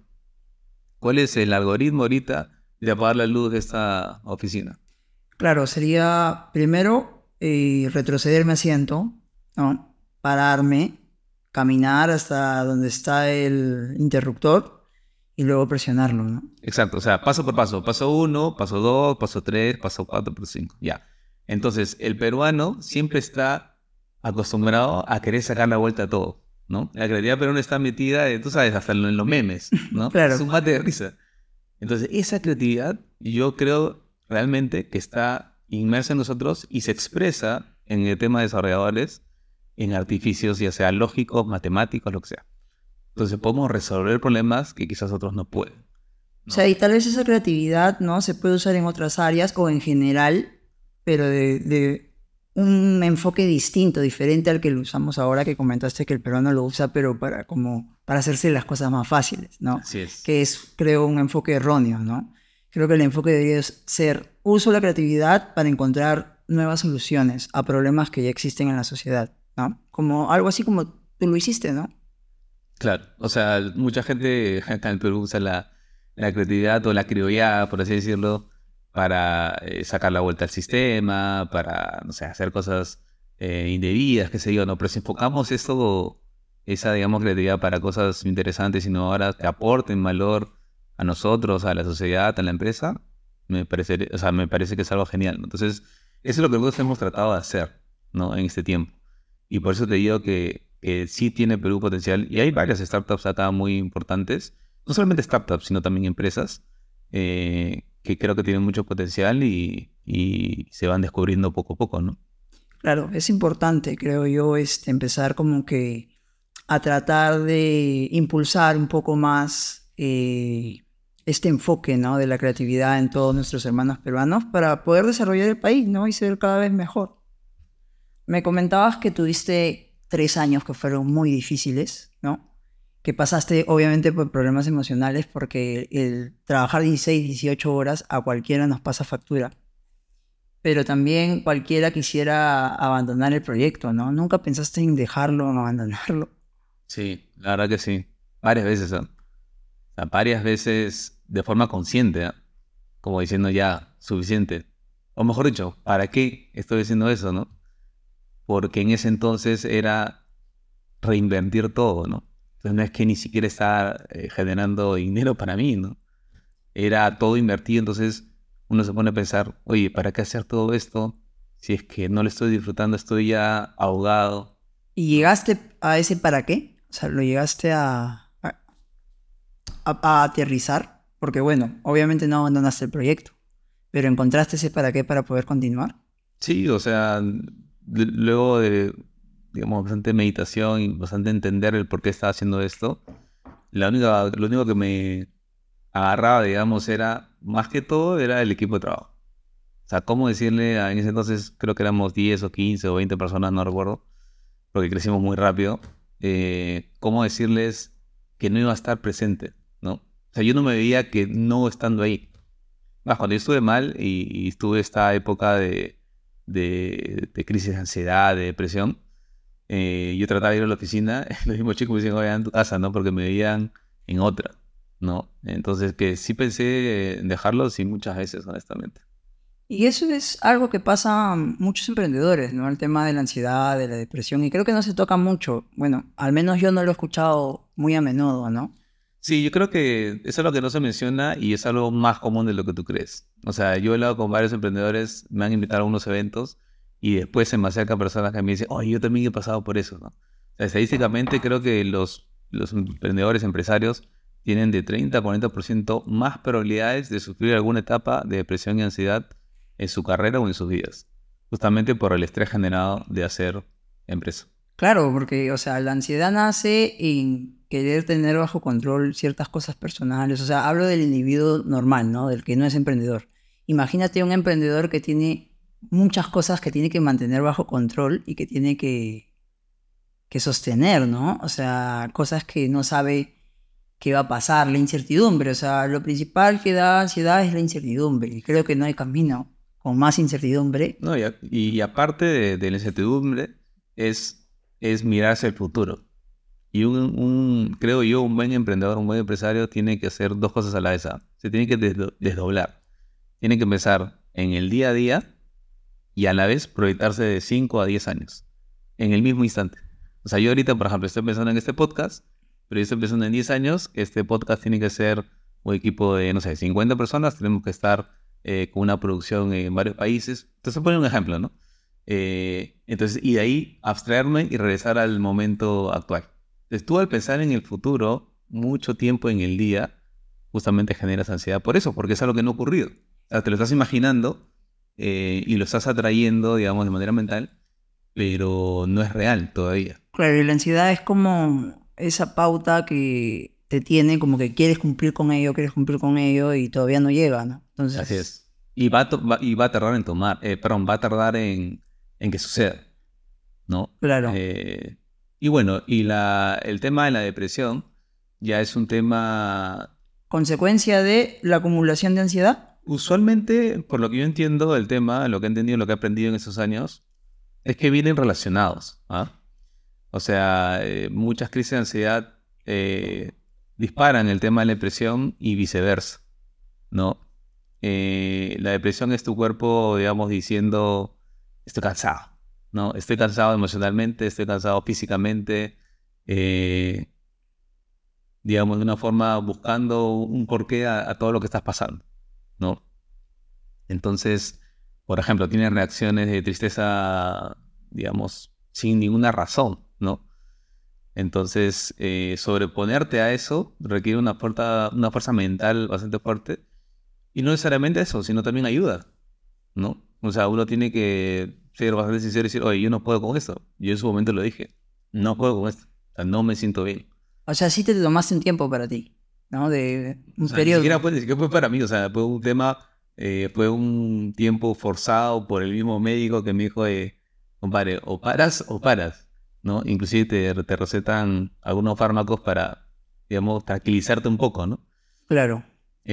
¿cuál es el algoritmo ahorita de apagar la luz de esta oficina? Claro, sería primero retroceder mi asiento, ¿no? Pararme, caminar hasta donde está el interruptor y luego presionarlo, ¿no? Exacto, o sea, paso por paso. Paso 1, paso 2, paso 3, paso 4, paso 5. Ya. Entonces, el peruano siempre está acostumbrado a querer sacar la vuelta a todo, ¿no? La creatividad peruana está metida, tú sabes, hasta en los memes, ¿no? Claro. Es un mate de risa. Entonces, esa creatividad yo creo realmente que está inmersa en nosotros y se expresa en el tema de desarrolladores, en artificios, ya sea lógicos, matemáticos, lo que sea. Entonces podemos resolver problemas que quizás otros no pueden, ¿no? O sea, y tal vez esa creatividad, ¿no? Se puede usar en otras áreas o en general, pero de un enfoque distinto, diferente al que lo usamos ahora, que comentaste que el peruano lo usa, pero para hacerse las cosas más fáciles, ¿no? Así es. Que es, creo, un enfoque erróneo, ¿no? Creo que el enfoque debería ser uso la creatividad para encontrar nuevas soluciones a problemas que ya existen en la sociedad, ¿no? Como algo así como tú lo hiciste, ¿no? Claro, o sea, mucha gente acá en Perú usa la creatividad o la criollada, por así decirlo, para sacar la vuelta al sistema, para, no sé, hacer cosas indebidas, qué sé yo, ¿no? Pero si enfocamos esa, digamos, creatividad para cosas interesantes, innovadoras, que aporten valor a nosotros, a la sociedad, a la empresa, me parece que es algo genial, ¿no? Entonces, eso es lo que nosotros hemos tratado de hacer, ¿no? En este tiempo. Y por eso te digo que sí tiene Perú potencial. Y hay varias startups acá muy importantes. No solamente startups, sino también empresas que creo que tienen mucho potencial y se van descubriendo poco a poco, ¿no? Claro, es importante, creo yo, empezar como que a tratar de impulsar un poco más este enfoque, ¿no? De la creatividad en todos nuestros hermanos peruanos para poder desarrollar el país, ¿no? Y ser cada vez mejor. Me comentabas que tuviste 3 años que fueron muy difíciles, ¿no? Que pasaste obviamente por problemas emocionales porque el trabajar 16, 18 horas a cualquiera nos pasa factura. Pero también cualquiera quisiera abandonar el proyecto, ¿no? ¿Nunca pensaste en dejarlo o abandonarlo? Sí, la verdad que sí. Varias veces, ¿no? O sea, varias veces de forma consciente, ¿ah? Como diciendo ya, suficiente. O mejor dicho, ¿para qué estoy haciendo eso, no? Porque en ese entonces era reinvertir todo, ¿no? Entonces no es que ni siquiera estaba generando dinero para mí, ¿no? Era todo invertido, entonces uno se pone a pensar, oye, ¿para qué hacer todo esto? Si es que no lo estoy disfrutando, estoy ya ahogado, ¿Y ¿no? llegaste a ese para qué? O sea, ¿lo llegaste a aterrizar? Porque bueno, obviamente no abandonaste el proyecto, pero ¿encontraste ese para qué para poder continuar? Sí, o sea, luego de, digamos, bastante meditación y bastante entender el por qué estaba haciendo esto, lo único que me agarraba, digamos, era, más que todo, era el equipo de trabajo. O sea, cómo decirle, en ese entonces creo que éramos 10 o 15 o 20 personas, no recuerdo, porque crecimos muy rápido, cómo decirles que no iba a estar presente, ¿no? O sea, yo no me veía que no estando ahí. Cuando yo estuve mal y estuve esta época de crisis de ansiedad, de depresión, yo trataba de ir a la oficina, los mismos chicos me decían, oye, en tu casa, ¿no? Porque me veían en otra, ¿no? Entonces, que sí pensé en dejarlo, sí, muchas veces, honestamente. Y eso es algo que pasa a muchos emprendedores, ¿no? El tema de la ansiedad, de la depresión, y creo que no se toca mucho. Bueno, al menos yo no lo he escuchado muy a menudo, ¿no? Sí, yo creo que eso es lo que no se menciona y es algo más común de lo que tú crees. O sea, yo he hablado con varios emprendedores, me han invitado a unos eventos y después se me acercan personas que me dicen, oye, yo también he pasado por eso, ¿no? O sea, estadísticamente creo que los emprendedores, empresarios, tienen de 30 a 40% más probabilidades de sufrir alguna etapa de depresión y ansiedad en su carrera o en sus vidas, justamente por el estrés generado de hacer empresa. Claro, porque, o sea, la ansiedad nace en querer tener bajo control ciertas cosas personales. O sea, hablo del individuo normal, ¿no? Del que no es emprendedor. Imagínate un emprendedor que tiene muchas cosas que tiene que mantener bajo control y que tiene que sostener, ¿no? O sea, cosas que no sabe qué va a pasar, la incertidumbre. O sea, lo principal que da ansiedad es la incertidumbre. Y creo que no hay camino con más incertidumbre. No, y aparte de la incertidumbre, es mirar hacia el futuro. Y creo yo, un buen emprendedor, un buen empresario tiene que hacer dos cosas a la vez. ¿Ah? Se tiene que desdoblar. Tiene que empezar en el día a día y a la vez proyectarse de 5 a 10 años, en el mismo instante. O sea, yo ahorita, por ejemplo, estoy pensando en este podcast, pero yo estoy pensando en 10 años, que este podcast tiene que ser un equipo de, no sé, 50 personas, tenemos que estar con una producción en varios países. Entonces, poner un ejemplo, ¿no? Entonces, y de ahí abstraerme y regresar al momento actual. Entonces, tú al pensar en el futuro, mucho tiempo en el día, justamente generas ansiedad por eso, porque es algo que no ha ocurrido. O sea, te lo estás imaginando y lo estás atrayendo, digamos, de manera mental, pero no es real todavía. Claro, y la ansiedad es como esa pauta que te tiene como que quieres cumplir con ello y todavía no llega, ¿no? Así Entonces, es. Y va a tardar en tomar, perdón, va a tardar en que suceda, ¿no? claro, Y bueno, el tema de la depresión ya es un tema, consecuencia de la acumulación de ansiedad. usualmente, por lo que yo entiendo del tema, lo que he entendido, lo que he aprendido en esos años, es que vienen relacionados, ¿ah? O sea, muchas crisis de ansiedad disparan el tema de la depresión y viceversa, ¿no? La depresión es tu cuerpo, digamos, diciendo, estoy cansado, ¿no? Estoy cansado emocionalmente, estoy cansado físicamente, eh, digamos, de una forma buscando un porqué a todo lo que estás pasando, ¿no? Entonces, por ejemplo, tienes reacciones de tristeza, digamos, sin ninguna razón, ¿no? Entonces, sobreponerte a eso requiere una fuerza mental bastante fuerte. Y no necesariamente eso, sino también ayuda, ¿no? O sea, uno tiene que ser bastante sincero y decir, oye, yo no puedo con esto. Yo en su momento lo dije, no puedo con esto. O sea, no me siento bien. O sea, sí te tomaste un tiempo para ti, ¿no? De O un sea, periodo. ni siquiera fue para mí. O sea, fue un tema, fue un tiempo forzado por el mismo médico que me dijo, compadre, o paras o paras, ¿no? Inclusive te recetan algunos fármacos para, digamos, tranquilizarte un poco, ¿no? Claro.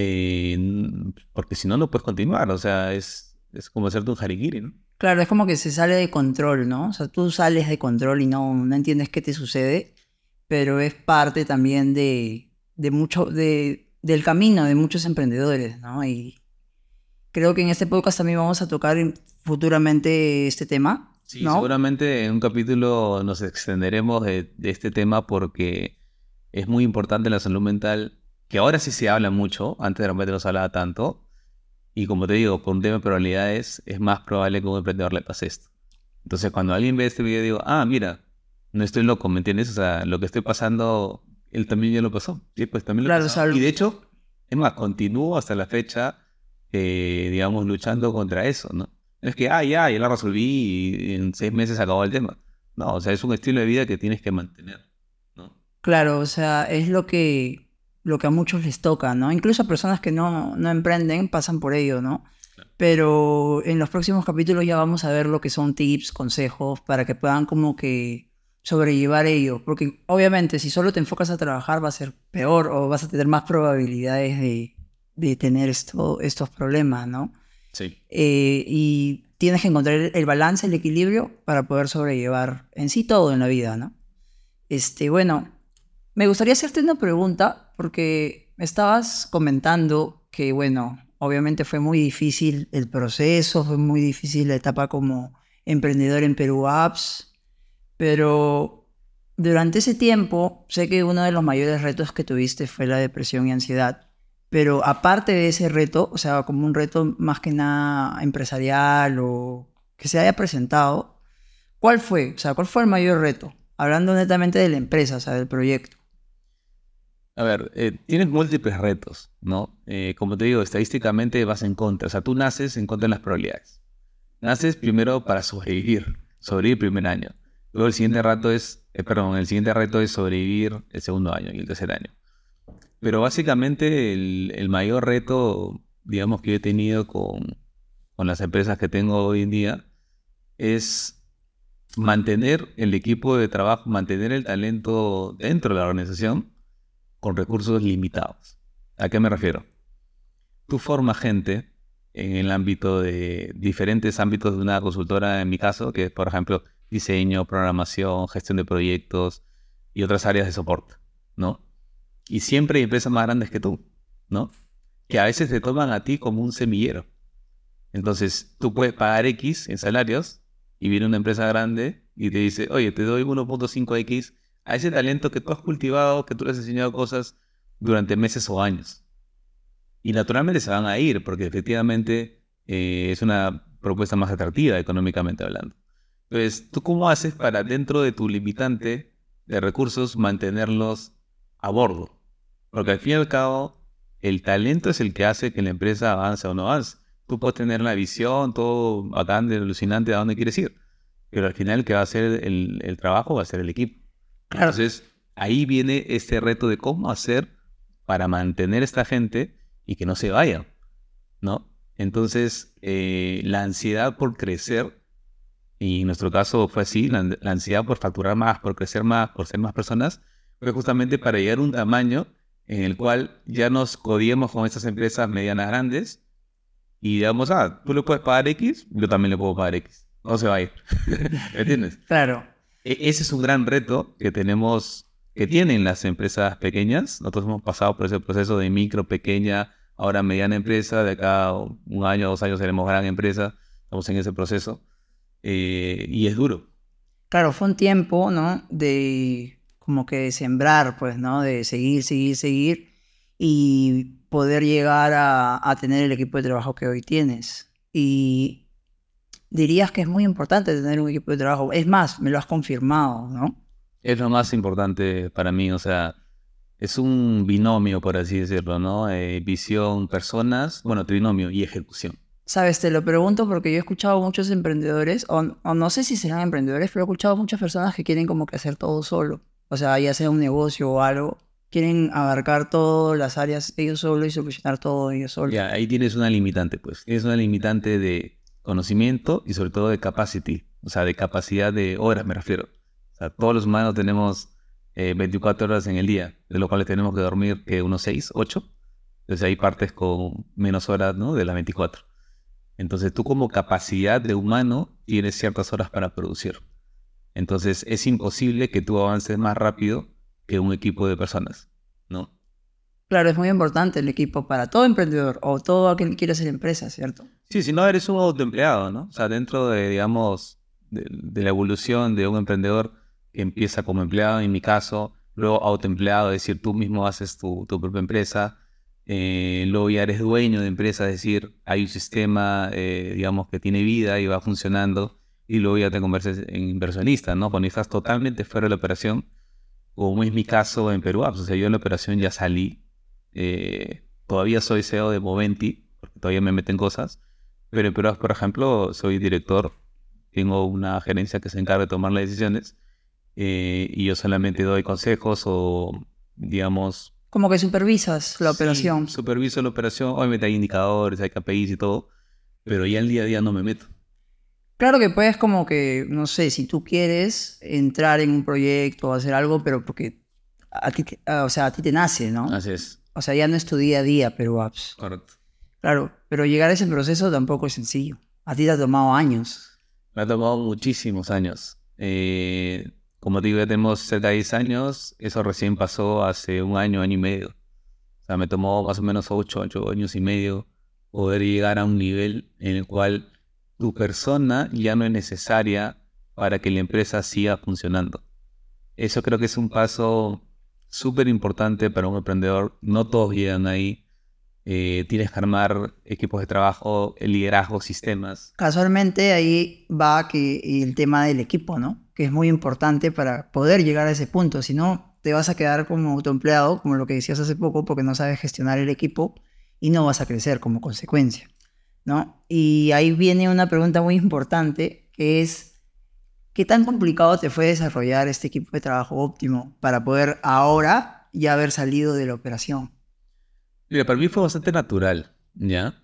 Porque si no, no puedes continuar. O sea, es como hacerte un harikiri, ¿no? Claro, es como que se sale de control, ¿no? O sea, tú sales de control y no entiendes qué te sucede, pero es parte también del camino de muchos emprendedores, ¿no? Y creo que en este podcast también vamos a tocar futuramente este tema, Sí, ¿no? seguramente en un capítulo nos extenderemos de este tema porque es muy importante la salud mental, que ahora sí se habla mucho, antes de repente no se hablaba tanto, y como te digo, por un tema de probabilidades, es más probable que a un emprendedor le pase esto. Entonces, cuando alguien ve este video, digo, ah, mira, no estoy loco, ¿me entiendes? O sea, lo que estoy pasando, él también ya lo pasó. Sí, pues también lo Claro, o pasó. sea, Y de hecho, es más, continúo hasta la fecha, digamos, luchando contra eso, ¿no? No es que, ya la resolví y en 6 meses se acabó el tema. No, o sea, es un estilo de vida que tienes que mantener, ¿no? claro, o sea, es lo que a muchos les toca, ¿no? Incluso a personas que no emprenden pasan por ello, ¿no? Claro. Pero en los próximos capítulos ya vamos a ver lo que son tips, consejos, para que puedan como que sobrellevar ello. Porque obviamente si solo te enfocas a trabajar va a ser peor o vas a tener más probabilidades de tener estos problemas, ¿no? Sí. Y tienes que encontrar el balance, el equilibrio para poder sobrellevar en sí todo en la vida, ¿no? Bueno, me gustaría hacerte una pregunta porque me estabas comentando que, bueno, obviamente fue muy difícil el proceso, fue muy difícil la etapa como emprendedor en Perú Apps, pero durante ese tiempo sé que uno de los mayores retos que tuviste fue la depresión y ansiedad, pero aparte de ese reto, o sea, como un reto más que nada empresarial o que se haya presentado, ¿cuál fue? O sea, ¿cuál fue el mayor reto? Hablando netamente de la empresa, o sea, del proyecto. A ver, tienes múltiples retos, ¿no? Como te digo, estadísticamente vas en contra. O sea, tú naces en contra de las probabilidades. Naces primero para sobrevivir el primer año. Luego el siguiente reto es sobrevivir el segundo año y el tercer año. Pero básicamente el mayor reto, digamos, que yo he tenido con las empresas que tengo hoy en día es mantener el equipo de trabajo, mantener el talento dentro de la organización con recursos limitados. ¿A qué me refiero? Tú formas gente en el ámbito de diferentes ámbitos de una consultora, en mi caso, que es, por ejemplo, diseño, programación, gestión de proyectos y otras áreas de soporte, ¿no? Y siempre hay empresas más grandes que tú, ¿no? Que a veces te toman a ti como un semillero. Entonces, tú puedes pagar X en salarios y viene una empresa grande y te dice, oye, te doy 1.5X a ese talento que tú has cultivado, que tú le has enseñado cosas durante meses o años. Y naturalmente se van a ir porque efectivamente es una propuesta más atractiva económicamente hablando. Entonces, ¿tú cómo haces para dentro de tu limitante de recursos mantenerlos a bordo? Porque al fin y al cabo, el talento es el que hace que la empresa avance o no avance. Tú puedes tener la visión, todo bacán, alucinante, a dónde quieres ir. Pero al final el que va a hacer el trabajo va a ser el equipo. Claro. Entonces, ahí viene este reto de cómo hacer para mantener a esta gente y que no se vayan, ¿no? Entonces, la ansiedad por crecer, y en nuestro caso fue así, la ansiedad por facturar más, por crecer más, por ser más personas, fue justamente para llegar a un tamaño en el cual ya nos codiemos con estas empresas medianas grandes y digamos, tú le puedes pagar X, yo también le puedo pagar X. No se va a ir. ¿Me entiendes? Claro. Ese es un gran reto que tenemos, que tienen las empresas pequeñas. Nosotros hemos pasado por ese proceso de micro, pequeña, ahora mediana empresa. De acá un año, 2 años seremos gran empresa. Estamos en ese proceso. Y es duro. Claro, fue un tiempo, ¿no? De como que de sembrar, pues, ¿no? De seguir, seguir, seguir y poder llegar a tener el equipo de trabajo que hoy tienes. Y dirías que es muy importante tener un equipo de trabajo. Es más, me lo has confirmado, ¿no? Es lo más importante para mí. O sea, es un binomio, por así decirlo, ¿no? Visión, personas, bueno, trinomio y ejecución. Sabes, te lo pregunto porque yo he escuchado muchos emprendedores, o no sé si serán emprendedores, pero he escuchado muchas personas que quieren como que hacer todo solo. O sea, ya sea un negocio o algo, quieren abarcar todas las áreas ellos solos y solucionar todo ellos solos. Ya, ahí tienes una limitante, pues. Tienes una limitante de conocimiento y sobre todo de capacity. O sea, de capacidad de horas, me refiero. O sea, todos los humanos tenemos 24 horas en el día, de lo cuales tenemos que dormir que unos 6, 8. Entonces ahí partes con menos horas, ¿no? De las 24. Entonces tú como capacidad de humano tienes ciertas horas para producir. Entonces es imposible que tú avances más rápido que un equipo de personas, ¿no? Claro, es muy importante el equipo para todo emprendedor o todo aquel que quiere hacer empresa, ¿cierto? Sí, si no eres un autoempleado, ¿no? O sea, dentro de, digamos, de la evolución de un emprendedor que empieza como empleado, en mi caso, luego autoempleado, es decir, tú mismo haces tu propia empresa, luego ya eres dueño de empresa, es decir, hay un sistema, digamos, que tiene vida y va funcionando, y luego ya te conviertes en inversionista, ¿no? Cuando estás totalmente fuera de la operación, como es mi caso en Perú Apps, o sea, yo en la operación ya salí, todavía soy CEO de Moventi, porque todavía me meten cosas, pero en Perú Apps, por ejemplo, soy director, tengo una gerencia que se encarga de tomar las decisiones, y yo solamente doy consejos o, digamos, Como que supervisas la sí, operación. superviso la operación, obviamente hay indicadores, hay KPIs y todo, pero ya el día a día no me meto. Claro que puedes como que, no sé, si tú quieres entrar en un proyecto o hacer algo, pero porque o sea, a ti te nace, ¿no? Así es, O sea, ya no es tu día a día, pero apps. correcto. Claro, pero llegar a ese proceso tampoco es sencillo. A ti te ha tomado años. Me ha tomado muchísimos años. Como te digo, ya tenemos cerca de 10 años. Eso recién pasó hace un año, año y medio. O sea, me tomó más o menos 8 años y medio poder llegar a un nivel en el cual tu persona ya no es necesaria para que la empresa siga funcionando. Eso creo que es un paso súper importante para un emprendedor. No todos llegan ahí. Tienes que armar equipos de trabajo, liderazgo, sistemas. Casualmente ahí va que el tema del equipo, ¿no? Que es muy importante para poder llegar a ese punto. Si no, te vas a quedar como autoempleado, como lo que decías hace poco, porque no sabes gestionar el equipo y no vas a crecer como consecuencia, ¿no? Y ahí viene una pregunta muy importante, que es, ¿qué tan complicado te fue desarrollar este equipo de trabajo óptimo para poder ahora ya haber salido de la operación? Mira, para mí fue bastante natural, ¿ya?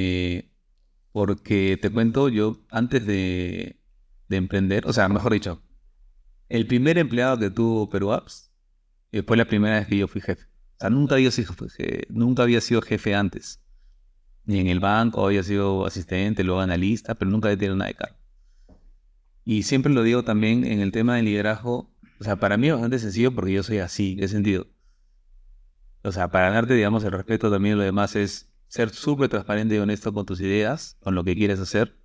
Porque te cuento, yo antes de emprender, o sea, mejor dicho, el primer empleado que tuvo Perú Apps fue la primera vez que yo fui jefe. O sea, nunca había sido jefe antes. Ni en el banco había sido asistente, luego analista, pero nunca había tenido nada de cargo. Y siempre lo digo también en el tema del liderazgo, o sea, para mí es bastante sencillo porque yo soy así, ¿qué sentido? O sea, para ganarte, digamos, el respeto también lo demás es ser súper transparente y honesto con tus ideas, con lo que quieres hacer,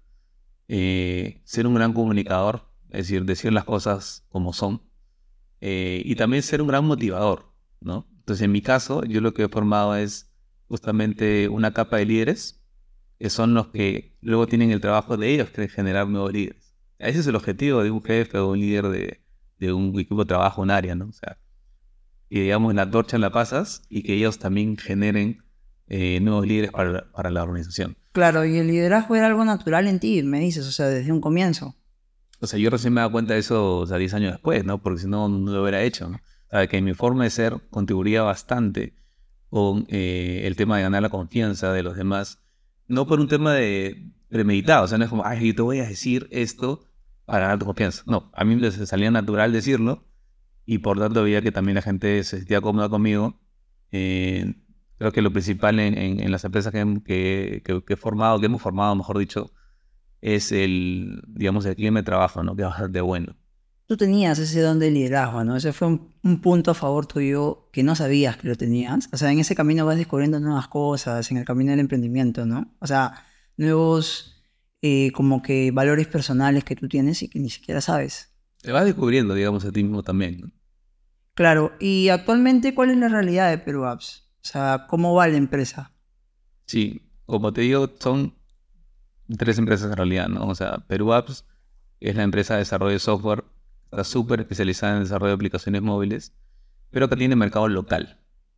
ser un gran comunicador, es decir las cosas como son, y también ser un gran motivador, ¿no? Entonces, en mi caso, yo lo que he formado es justamente una capa de líderes, que son los que luego tienen el trabajo de ellos, que es generar nuevos líderes. Ese es el objetivo de un jefe o un líder de un equipo de trabajo, un área, ¿no? O sea, y digamos la antorcha la pasas y que ellos también generen nuevos líderes para la organización. Claro, y el liderazgo era algo natural en ti, me dices, o sea, desde un comienzo. O sea, yo recién me he dado cuenta de eso, o sea, 10 años después, ¿no? Porque si no, no lo hubiera hecho, ¿no? O sea, que mi forma de ser contribuía bastante con el tema de ganar la confianza de los demás. No por un tema de premeditado, o sea, no es como, ay, yo te voy a decir esto para ganar tu confianza. No, a mí me salía natural decirlo y por tanto veía que también la gente se sentía cómoda conmigo. Eh, Creo que lo principal en las empresas que he formado, que hemos formado, mejor dicho, es digamos, el clima de trabajo, ¿no? Que es bastante bueno. Tú tenías ese don de liderazgo, ¿no? Ese fue un punto a favor tuyo que no sabías que lo tenías. O sea, en ese camino vas descubriendo nuevas cosas, en el camino del emprendimiento, ¿no? O sea, nuevos como que valores personales que tú tienes y que ni siquiera sabes. Te vas descubriendo, digamos, a ti mismo también, ¿no? Claro, y actualmente, ¿cuál es la realidad de Perú Apps? O sea, ¿cómo va la empresa? Sí, como te digo, son tres empresas en realidad, ¿no? O sea, Perú Apps es la empresa de desarrollo de software, está súper especializada en el desarrollo de aplicaciones móviles, pero que tiene mercado local.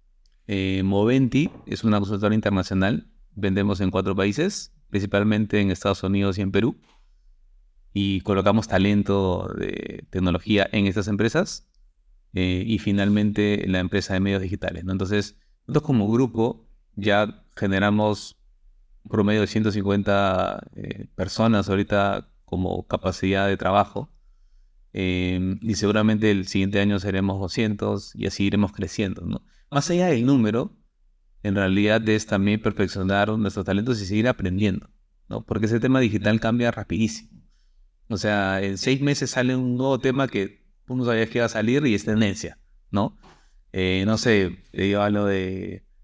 Moventi es una consultora internacional, vendemos en 4 países, principalmente en Estados Unidos y en Perú, y colocamos talento de tecnología en estas empresas, y finalmente la empresa de medios digitales, ¿no? Entonces, nosotros como grupo ya generamos un promedio de 150 personas ahorita como capacidad de trabajo, y seguramente el siguiente año seremos 200 y así iremos creciendo, ¿no? Más allá del número, en realidad es también perfeccionar nuestros talentos y seguir aprendiendo, ¿no? Porque ese tema digital cambia rapidísimo. O sea, en 6 meses sale un nuevo tema que tú no sabías que iba a salir y es tendencia, ¿no? No sé, yo hablo de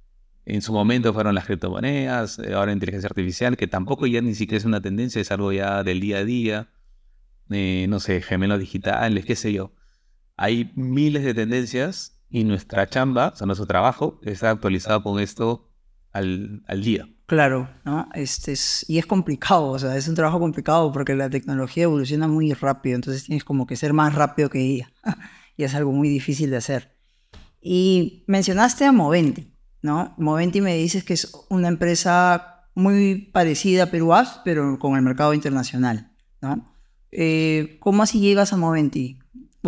En su momento fueron las criptomonedas, ahora inteligencia artificial, que tampoco ya ni siquiera es una tendencia, es algo ya del día a día. No sé, gemelos digitales, qué sé yo. Hay miles de tendencias y nuestra chamba, o sea, nuestro trabajo, está actualizado con esto al día. Claro, ¿no? Y es complicado, o sea, es un trabajo complicado porque la tecnología evoluciona muy rápido, entonces tienes como que ser más rápido que ella. Y es algo muy difícil de hacer. Y mencionaste a Moventi, ¿no? Moventi me dices que es una empresa muy parecida a Perú Apps, pero con el mercado internacional, ¿no? ¿Cómo así llegas a Moventi?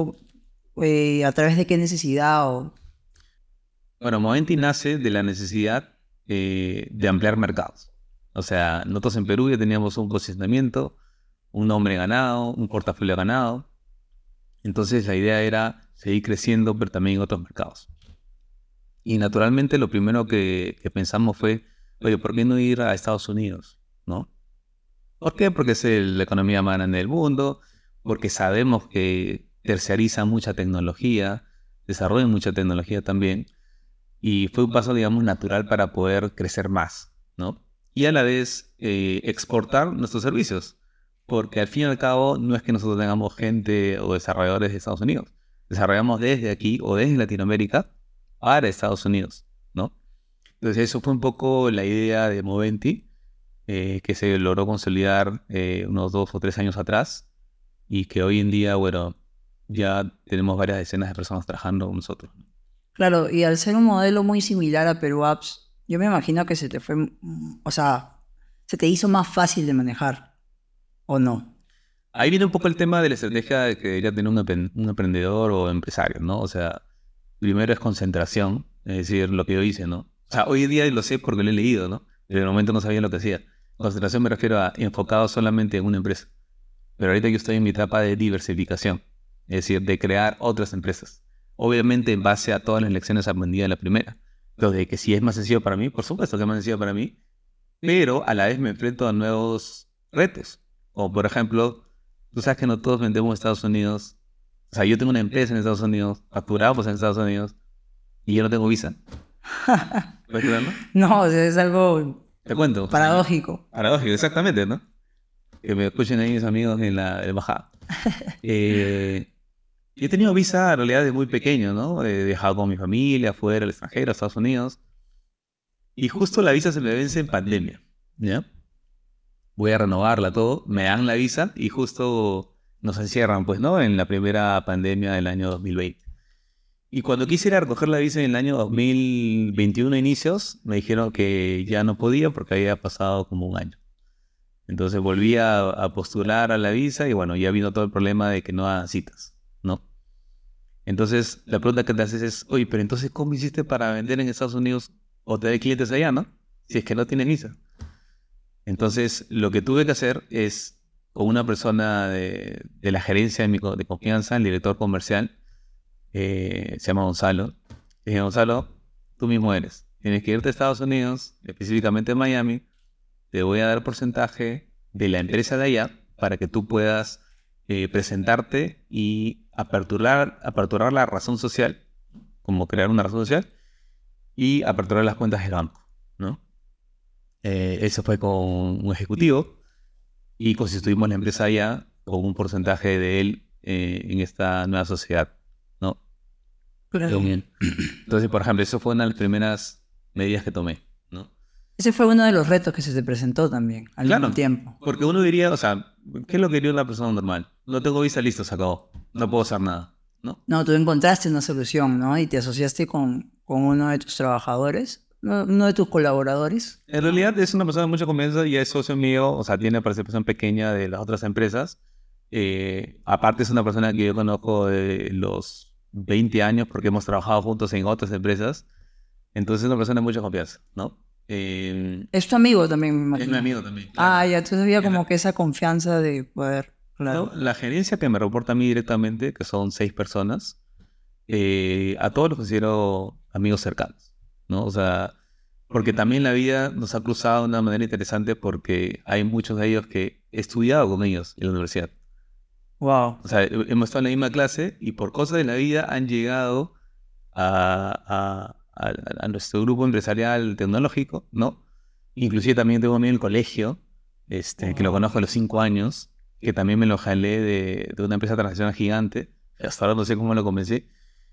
¿A través de qué necesidad? Bueno, Moventi nace de la necesidad de ampliar mercados. O sea, nosotros en Perú ya teníamos un posicionamiento, un nombre ganado, un portafolio ganado. Entonces la idea era seguir creciendo, pero también en otros mercados. Y naturalmente lo primero que pensamos fue, oye, ¿por qué no ir a Estados Unidos? ¿No? ¿Por qué? Porque es la economía más grande del mundo, porque sabemos que terciarizan mucha tecnología, desarrollan mucha tecnología también, y fue un paso, digamos, natural para poder crecer más, ¿no? Y a la vez exportar nuestros servicios, porque al fin y al cabo no es que nosotros tengamos gente o desarrolladores de Estados Unidos, desarrollamos desde aquí o desde Latinoamérica para Estados Unidos, ¿no? Entonces eso fue un poco la idea de Moventi, que se logró consolidar unos 2 o 3 años atrás y que hoy en día, bueno, ya tenemos varias decenas de personas trabajando con nosotros. Claro, y al ser un modelo muy similar a Perú Apps, yo me imagino que se te fue, o sea, se te hizo más fácil de manejar, ¿o no? Ahí viene un poco el tema de la estrategia que debería tener un emprendedor o empresario, ¿no? O sea, primero es concentración, es decir, lo que yo hice, ¿no? O sea, hoy en día lo sé porque lo he leído, ¿no? Pero en el momento no sabía lo que hacía. Concentración me refiero a enfocado solamente en una empresa. Pero ahorita yo estoy en mi etapa de diversificación, es decir, de crear otras empresas. Obviamente en base a todas las lecciones aprendidas en la primera. Entonces, que si es más sencillo para mí, por supuesto que es más sencillo para mí, pero a la vez me enfrento a nuevos retos. Como por ejemplo, tú sabes que no todos vendemos en Estados Unidos. O sea, yo tengo una empresa en Estados Unidos, facturamos en Estados Unidos, y yo no tengo visa. ¿Puedes creerlo? No, o sea, es algo Te cuento. paradójico. Paradójico, exactamente, ¿no? Que me escuchen ahí mis amigos en la embajada. Yo he tenido visa en realidad desde muy pequeño, ¿no? He viajado con mi familia, afuera, al extranjero, a Estados Unidos. Y justo la visa se me vence en pandemia, ¿ya? Voy a renovarla todo, me dan la visa y justo nos encierran, pues, ¿no? En la primera pandemia del año 2020. Y cuando quise ir a recoger la visa en el año 2021 inicios, me dijeron que ya no podía porque había pasado como un año. Entonces volví a postular a la visa y bueno, ya vino todo el problema de que no hagan citas, ¿no? Entonces la pregunta que te haces es, oye, pero entonces ¿cómo hiciste para vender en Estados Unidos o tener clientes allá, ¿no? Si es que no tienes visa. Entonces lo que tuve que hacer es, con una persona de la gerencia de confianza, el director comercial, se llama Gonzalo. Le dije, Gonzalo, tú mismo eres. Tienes que irte a Estados Unidos, específicamente a Miami. Te voy a dar porcentaje de la empresa de allá para que tú puedas presentarte y aperturar la razón social, como crear una razón social, y aperturar las cuentas del banco, ¿no? Eso fue con un ejecutivo y constituimos la empresa allá con un porcentaje de él en esta nueva sociedad, ¿no? Claro. Bien. Entonces, por ejemplo, eso fue una de las primeras medidas que tomé, ¿no? Ese fue uno de los retos que se te presentó también al mismo tiempo. Porque uno diría, o sea, ¿qué es lo que diría una persona normal? No tengo visa, listo, se acabó. No puedo hacer nada, ¿no? No, tú encontraste una solución, ¿no? Y te asociaste con uno de tus trabajadores, uno de tus colaboradores. En realidad es una persona de mucha confianza y es socio mío, o sea, tiene participación pequeña de las otras empresas. Aparte es una persona que yo conozco de los 20 años porque hemos trabajado juntos en otras empresas. Entonces es una persona de mucha confianza, ¿no? Es tu amigo también, me imagino. Es mi amigo también. Ah, ya, entonces había como que esa confianza de poder, claro. La gerencia que me reporta a mí directamente, que son 6 personas, a todos los considero amigos cercanos, ¿no? O sea, porque también la vida nos ha cruzado de una manera interesante porque hay muchos de ellos que he estudiado con ellos en la universidad. Wow. O sea, hemos estado en la misma clase y por cosas de la vida han llegado a a nuestro grupo empresarial tecnológico, ¿no? Inclusive también tengo a mí en el colegio, que lo conozco a los 5 años, que también me lo jalé de una empresa transnacional gigante. Hasta ahora no sé cómo lo convencí.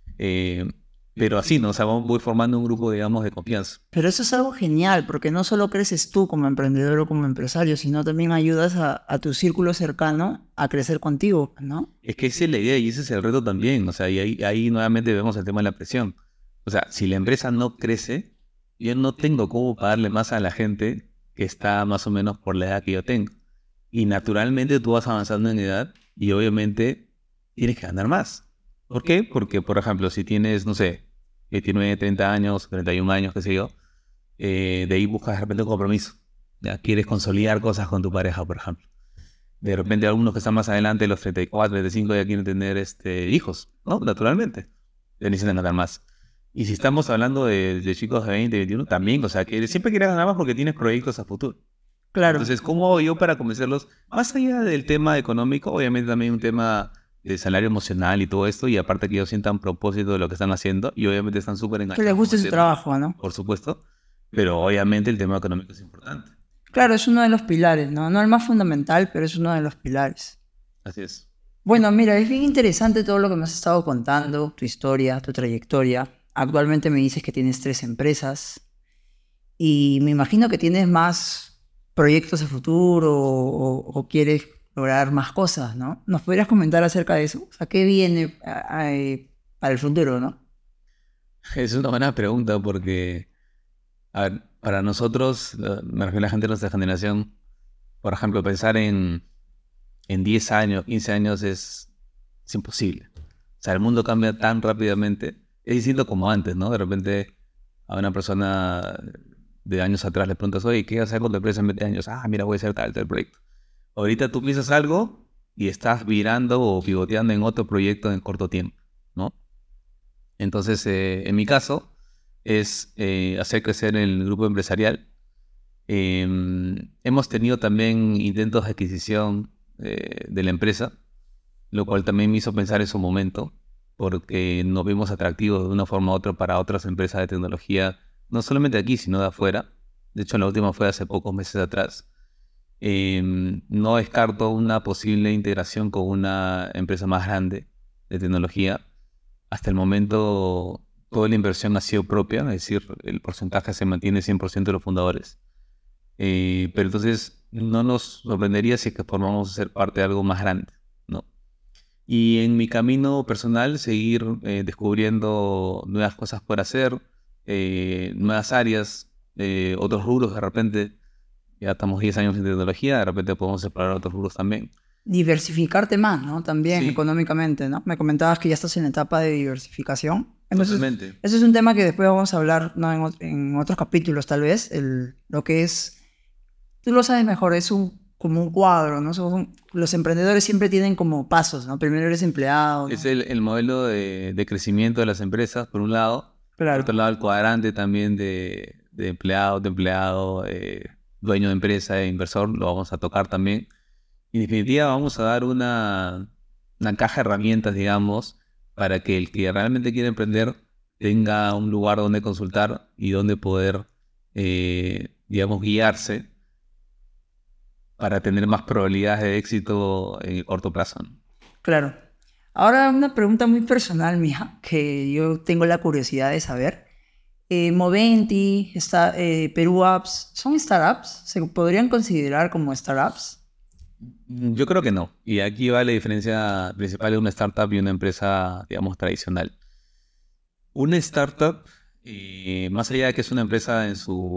Pero así, ¿no? O sea, voy formando un grupo, digamos, de confianza. Pero eso es algo genial, porque no solo creces tú como emprendedor o como empresario, sino también ayudas a tu círculo cercano a crecer contigo, ¿no? Es que esa es la idea y ese es el reto también. O sea, y ahí nuevamente vemos el tema de la presión. O sea, si la empresa no crece, yo no tengo cómo pagarle más a la gente que está más o menos por la edad que yo tengo. Y naturalmente tú vas avanzando en edad y obviamente tienes que ganar más. ¿Por qué? Porque, por ejemplo, si tienes, no sé, 29, 30 años, 31 años, qué sé yo, de ahí buscas de repente un compromiso. ¿Ya? Quieres consolidar cosas con tu pareja, por ejemplo. De repente algunos que están más adelante, los 34, 35, ya quieren tener hijos, ¿no? Naturalmente. Ya necesitan ganar más. Y si estamos hablando de chicos de 20, 21, también, o sea, que siempre quieres ganar más porque tienes proyectos a futuro. Claro. Entonces, ¿cómo hago yo para convencerlos? Más allá del tema económico, obviamente también un tema de salario emocional y todo esto, y aparte que ellos sientan propósito de lo que están haciendo, y obviamente están súper Que enganchados les guste con el su tema, trabajo, ¿no? por supuesto, pero obviamente el tema económico es importante. Claro, es uno de los pilares, ¿no? No el más fundamental, pero es uno de los pilares. Así es. Bueno, mira, es bien interesante todo lo que me has estado contando, tu historia, tu trayectoria. Actualmente me dices que tienes 3 empresas y me imagino que tienes más proyectos a futuro o quieres lograr más cosas, ¿no? ¿Nos podrías comentar acerca de eso? O sea, ¿qué viene para el futuro, no? Es una buena pregunta porque, a ver, para nosotros, me refiero a la gente de nuestra generación, por ejemplo, pensar en 10 años, 15 años es imposible. O sea, el mundo cambia tan rápidamente. Es distinto como antes, ¿no? De repente a una persona de años atrás le preguntas, oye, ¿qué vas a hacer con tu empresa en 20 años? Ah, mira, voy a hacer tal proyecto. Ahorita tú piensas algo y estás virando o pivoteando en otro proyecto en corto tiempo, ¿no? Entonces, en mi caso, es hacer crecer el grupo empresarial. Hemos tenido también intentos de adquisición de la empresa, lo cual también me hizo pensar en su momento, porque nos vimos atractivos de una forma u otra para otras empresas de tecnología, no solamente aquí, sino de afuera. De hecho, la última fue hace pocos meses atrás. No descarto una posible integración con una empresa más grande de tecnología. Hasta el momento, toda la inversión ha sido propia, es decir, el porcentaje se mantiene 100% de los fundadores. Pero entonces no nos sorprendería si es que formamos a ser parte de algo más grande, ¿no? Y en mi camino personal, seguir descubriendo nuevas cosas por hacer, nuevas áreas, otros rubros de repente. Ya estamos 10 años en tecnología, de repente podemos explorar otros rubros también. Diversificarte más, ¿no? También Sí. económicamente, ¿no? Me comentabas que ya estás en la etapa de diversificación. Entonces, Totalmente. ese es un tema que después vamos a hablar, ¿no? En otros capítulos, tal vez. Lo que es, tú lo sabes mejor, es como un cuadro, ¿no? Los emprendedores siempre tienen como pasos, ¿no? Primero eres empleado, ¿no? Es el modelo de crecimiento de las empresas, por un lado. Por Claro. otro lado, el cuadrante también de empleado, dueño de empresa e inversor, lo vamos a tocar también. En definitiva, vamos a dar una caja de herramientas, digamos, para que el que realmente quiere emprender tenga un lugar donde consultar y donde poder, digamos, guiarse para tener más probabilidades de éxito en el corto plazo, ¿no? Claro. Ahora una pregunta muy personal mía, que yo tengo la curiosidad de saber. Moventi, Perú Apps, ¿son startups? ¿Se podrían considerar como startups? Yo creo que no. Y aquí va la diferencia principal de una startup y una empresa, digamos, tradicional. Una startup, más allá de que es una empresa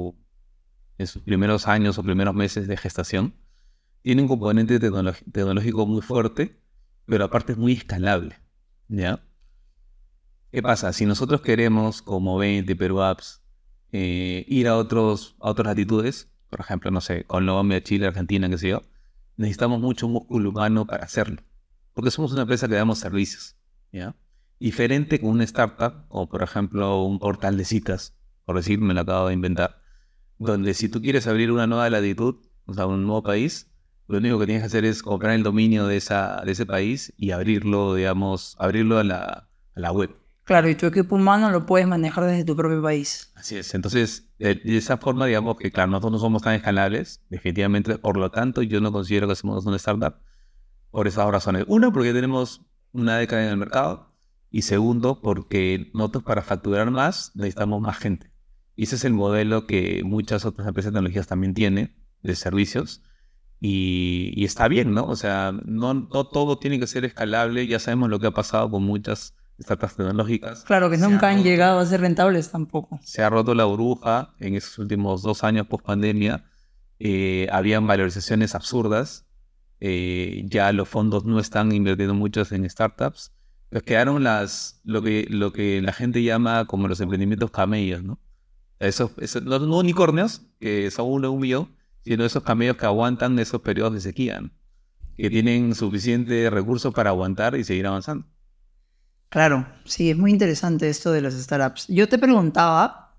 en sus primeros años o primeros meses de gestación, tiene un componente tecnológico muy fuerte, pero aparte es muy escalable, ¿ya? ¿Qué pasa? Si nosotros queremos, como 20 Perú Apps, ir a otras latitudes, por ejemplo, no sé, Colombia, Chile, Argentina, qué sé yo, necesitamos mucho músculo humano para hacerlo, porque somos una empresa que damos servicios, ¿ya? Diferente con una startup, o por ejemplo un portal de citas, por decir, me lo acabo de inventar, donde si tú quieres abrir una nueva latitud, o sea, un nuevo país, lo único que tienes que hacer es comprar el dominio de ese país y abrirlo, digamos, abrirlo a la web. Claro, y tu equipo humano lo puedes manejar desde tu propio país. Así es. Entonces, de esa forma, digamos que, claro, nosotros no somos tan escalables, definitivamente. Por lo tanto, yo no considero que somos una startup por esas razones. Uno, porque tenemos una década en el mercado. Y segundo, porque nosotros para facturar más necesitamos más gente. Y ese es el modelo que muchas otras empresas de tecnologías también tienen, de servicios. Y está bien, ¿no? O sea, no todo tiene que ser escalable. Ya sabemos lo que ha pasado con muchas startups tecnológicas. Claro, que nunca han llegado a ser rentables tampoco. Se ha roto la burbuja en esos últimos 2 años post pandemia. Habían valorizaciones absurdas. Ya los fondos no están invirtiendo muchos en startups. Pues quedaron lo que la gente llama como los emprendimientos camellos, ¿no? No unicornios, que son uno en un millón, sino esos camellos que aguantan esos periodos de sequía, ¿no? Que tienen suficiente recursos para aguantar y seguir avanzando. Claro, sí, es muy interesante esto de las startups. Yo te preguntaba,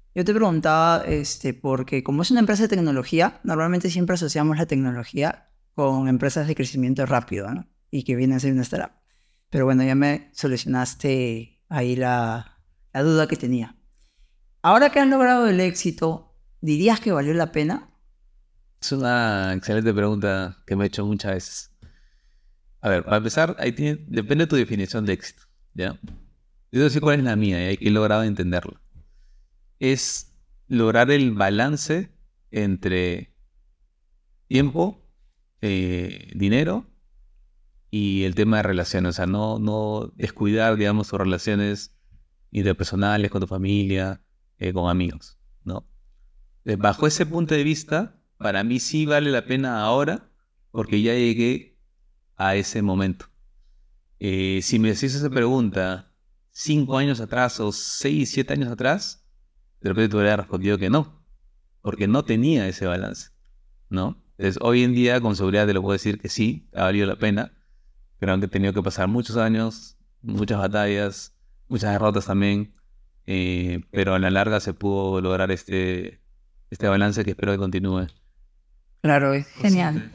porque como es una empresa de tecnología, normalmente siempre asociamos la tecnología con empresas de crecimiento rápido, ¿no? Y que vienen a ser una startup. Pero bueno, ya me solucionaste ahí la duda que tenía. Ahora que han logrado el éxito, ¿dirías que valió la pena? Es una excelente pregunta que me he hecho muchas veces. A ver, para empezar, depende de tu definición de éxito, ¿ya? Yo no sé cuál es la mía y he logrado entenderlo. Es lograr el balance entre tiempo, dinero y el tema de relaciones. O sea, no descuidar, digamos, tus relaciones interpersonales con tu familia, con amigos, ¿no? Bajo ese punto de vista, para mí sí vale la pena ahora porque ya llegué a ese momento. Si me decís esa pregunta 5 años atrás o 6, 7 años atrás, de repente te hubiera respondido que no, porque no tenía ese balance, ¿no? Entonces, hoy en día con seguridad te lo puedo decir que sí, ha valido la pena, pero han tenido que pasar muchos años, muchas batallas, muchas derrotas también, pero a la larga se pudo lograr este balance que espero que continúe. Claro, es genial.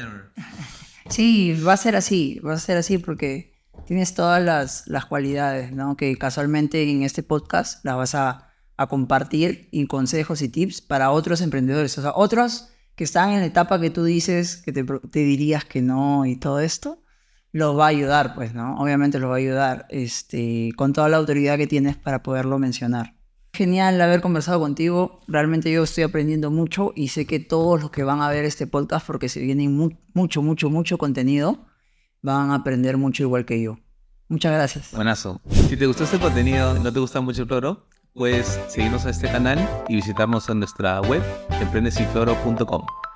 Sí, va a ser así porque tienes todas las cualidades, ¿no? Que casualmente en este podcast las vas a compartir y consejos y tips para otros emprendedores, o sea, otros que están en la etapa que tú dices, que te dirías que no y todo esto, los va a ayudar, pues, ¿no? Obviamente los va a ayudar con toda la autoridad que tienes para poderlo mencionar. Genial haber conversado contigo, realmente yo estoy aprendiendo mucho y sé que todos los que van a ver este podcast, porque se viene mucho contenido, van a aprender mucho igual que yo. Muchas gracias. Buenazo. Si te gustó este contenido y no te gusta mucho el cloro, puedes seguirnos a este canal y visitarnos en nuestra web, emprendesinfloro.com.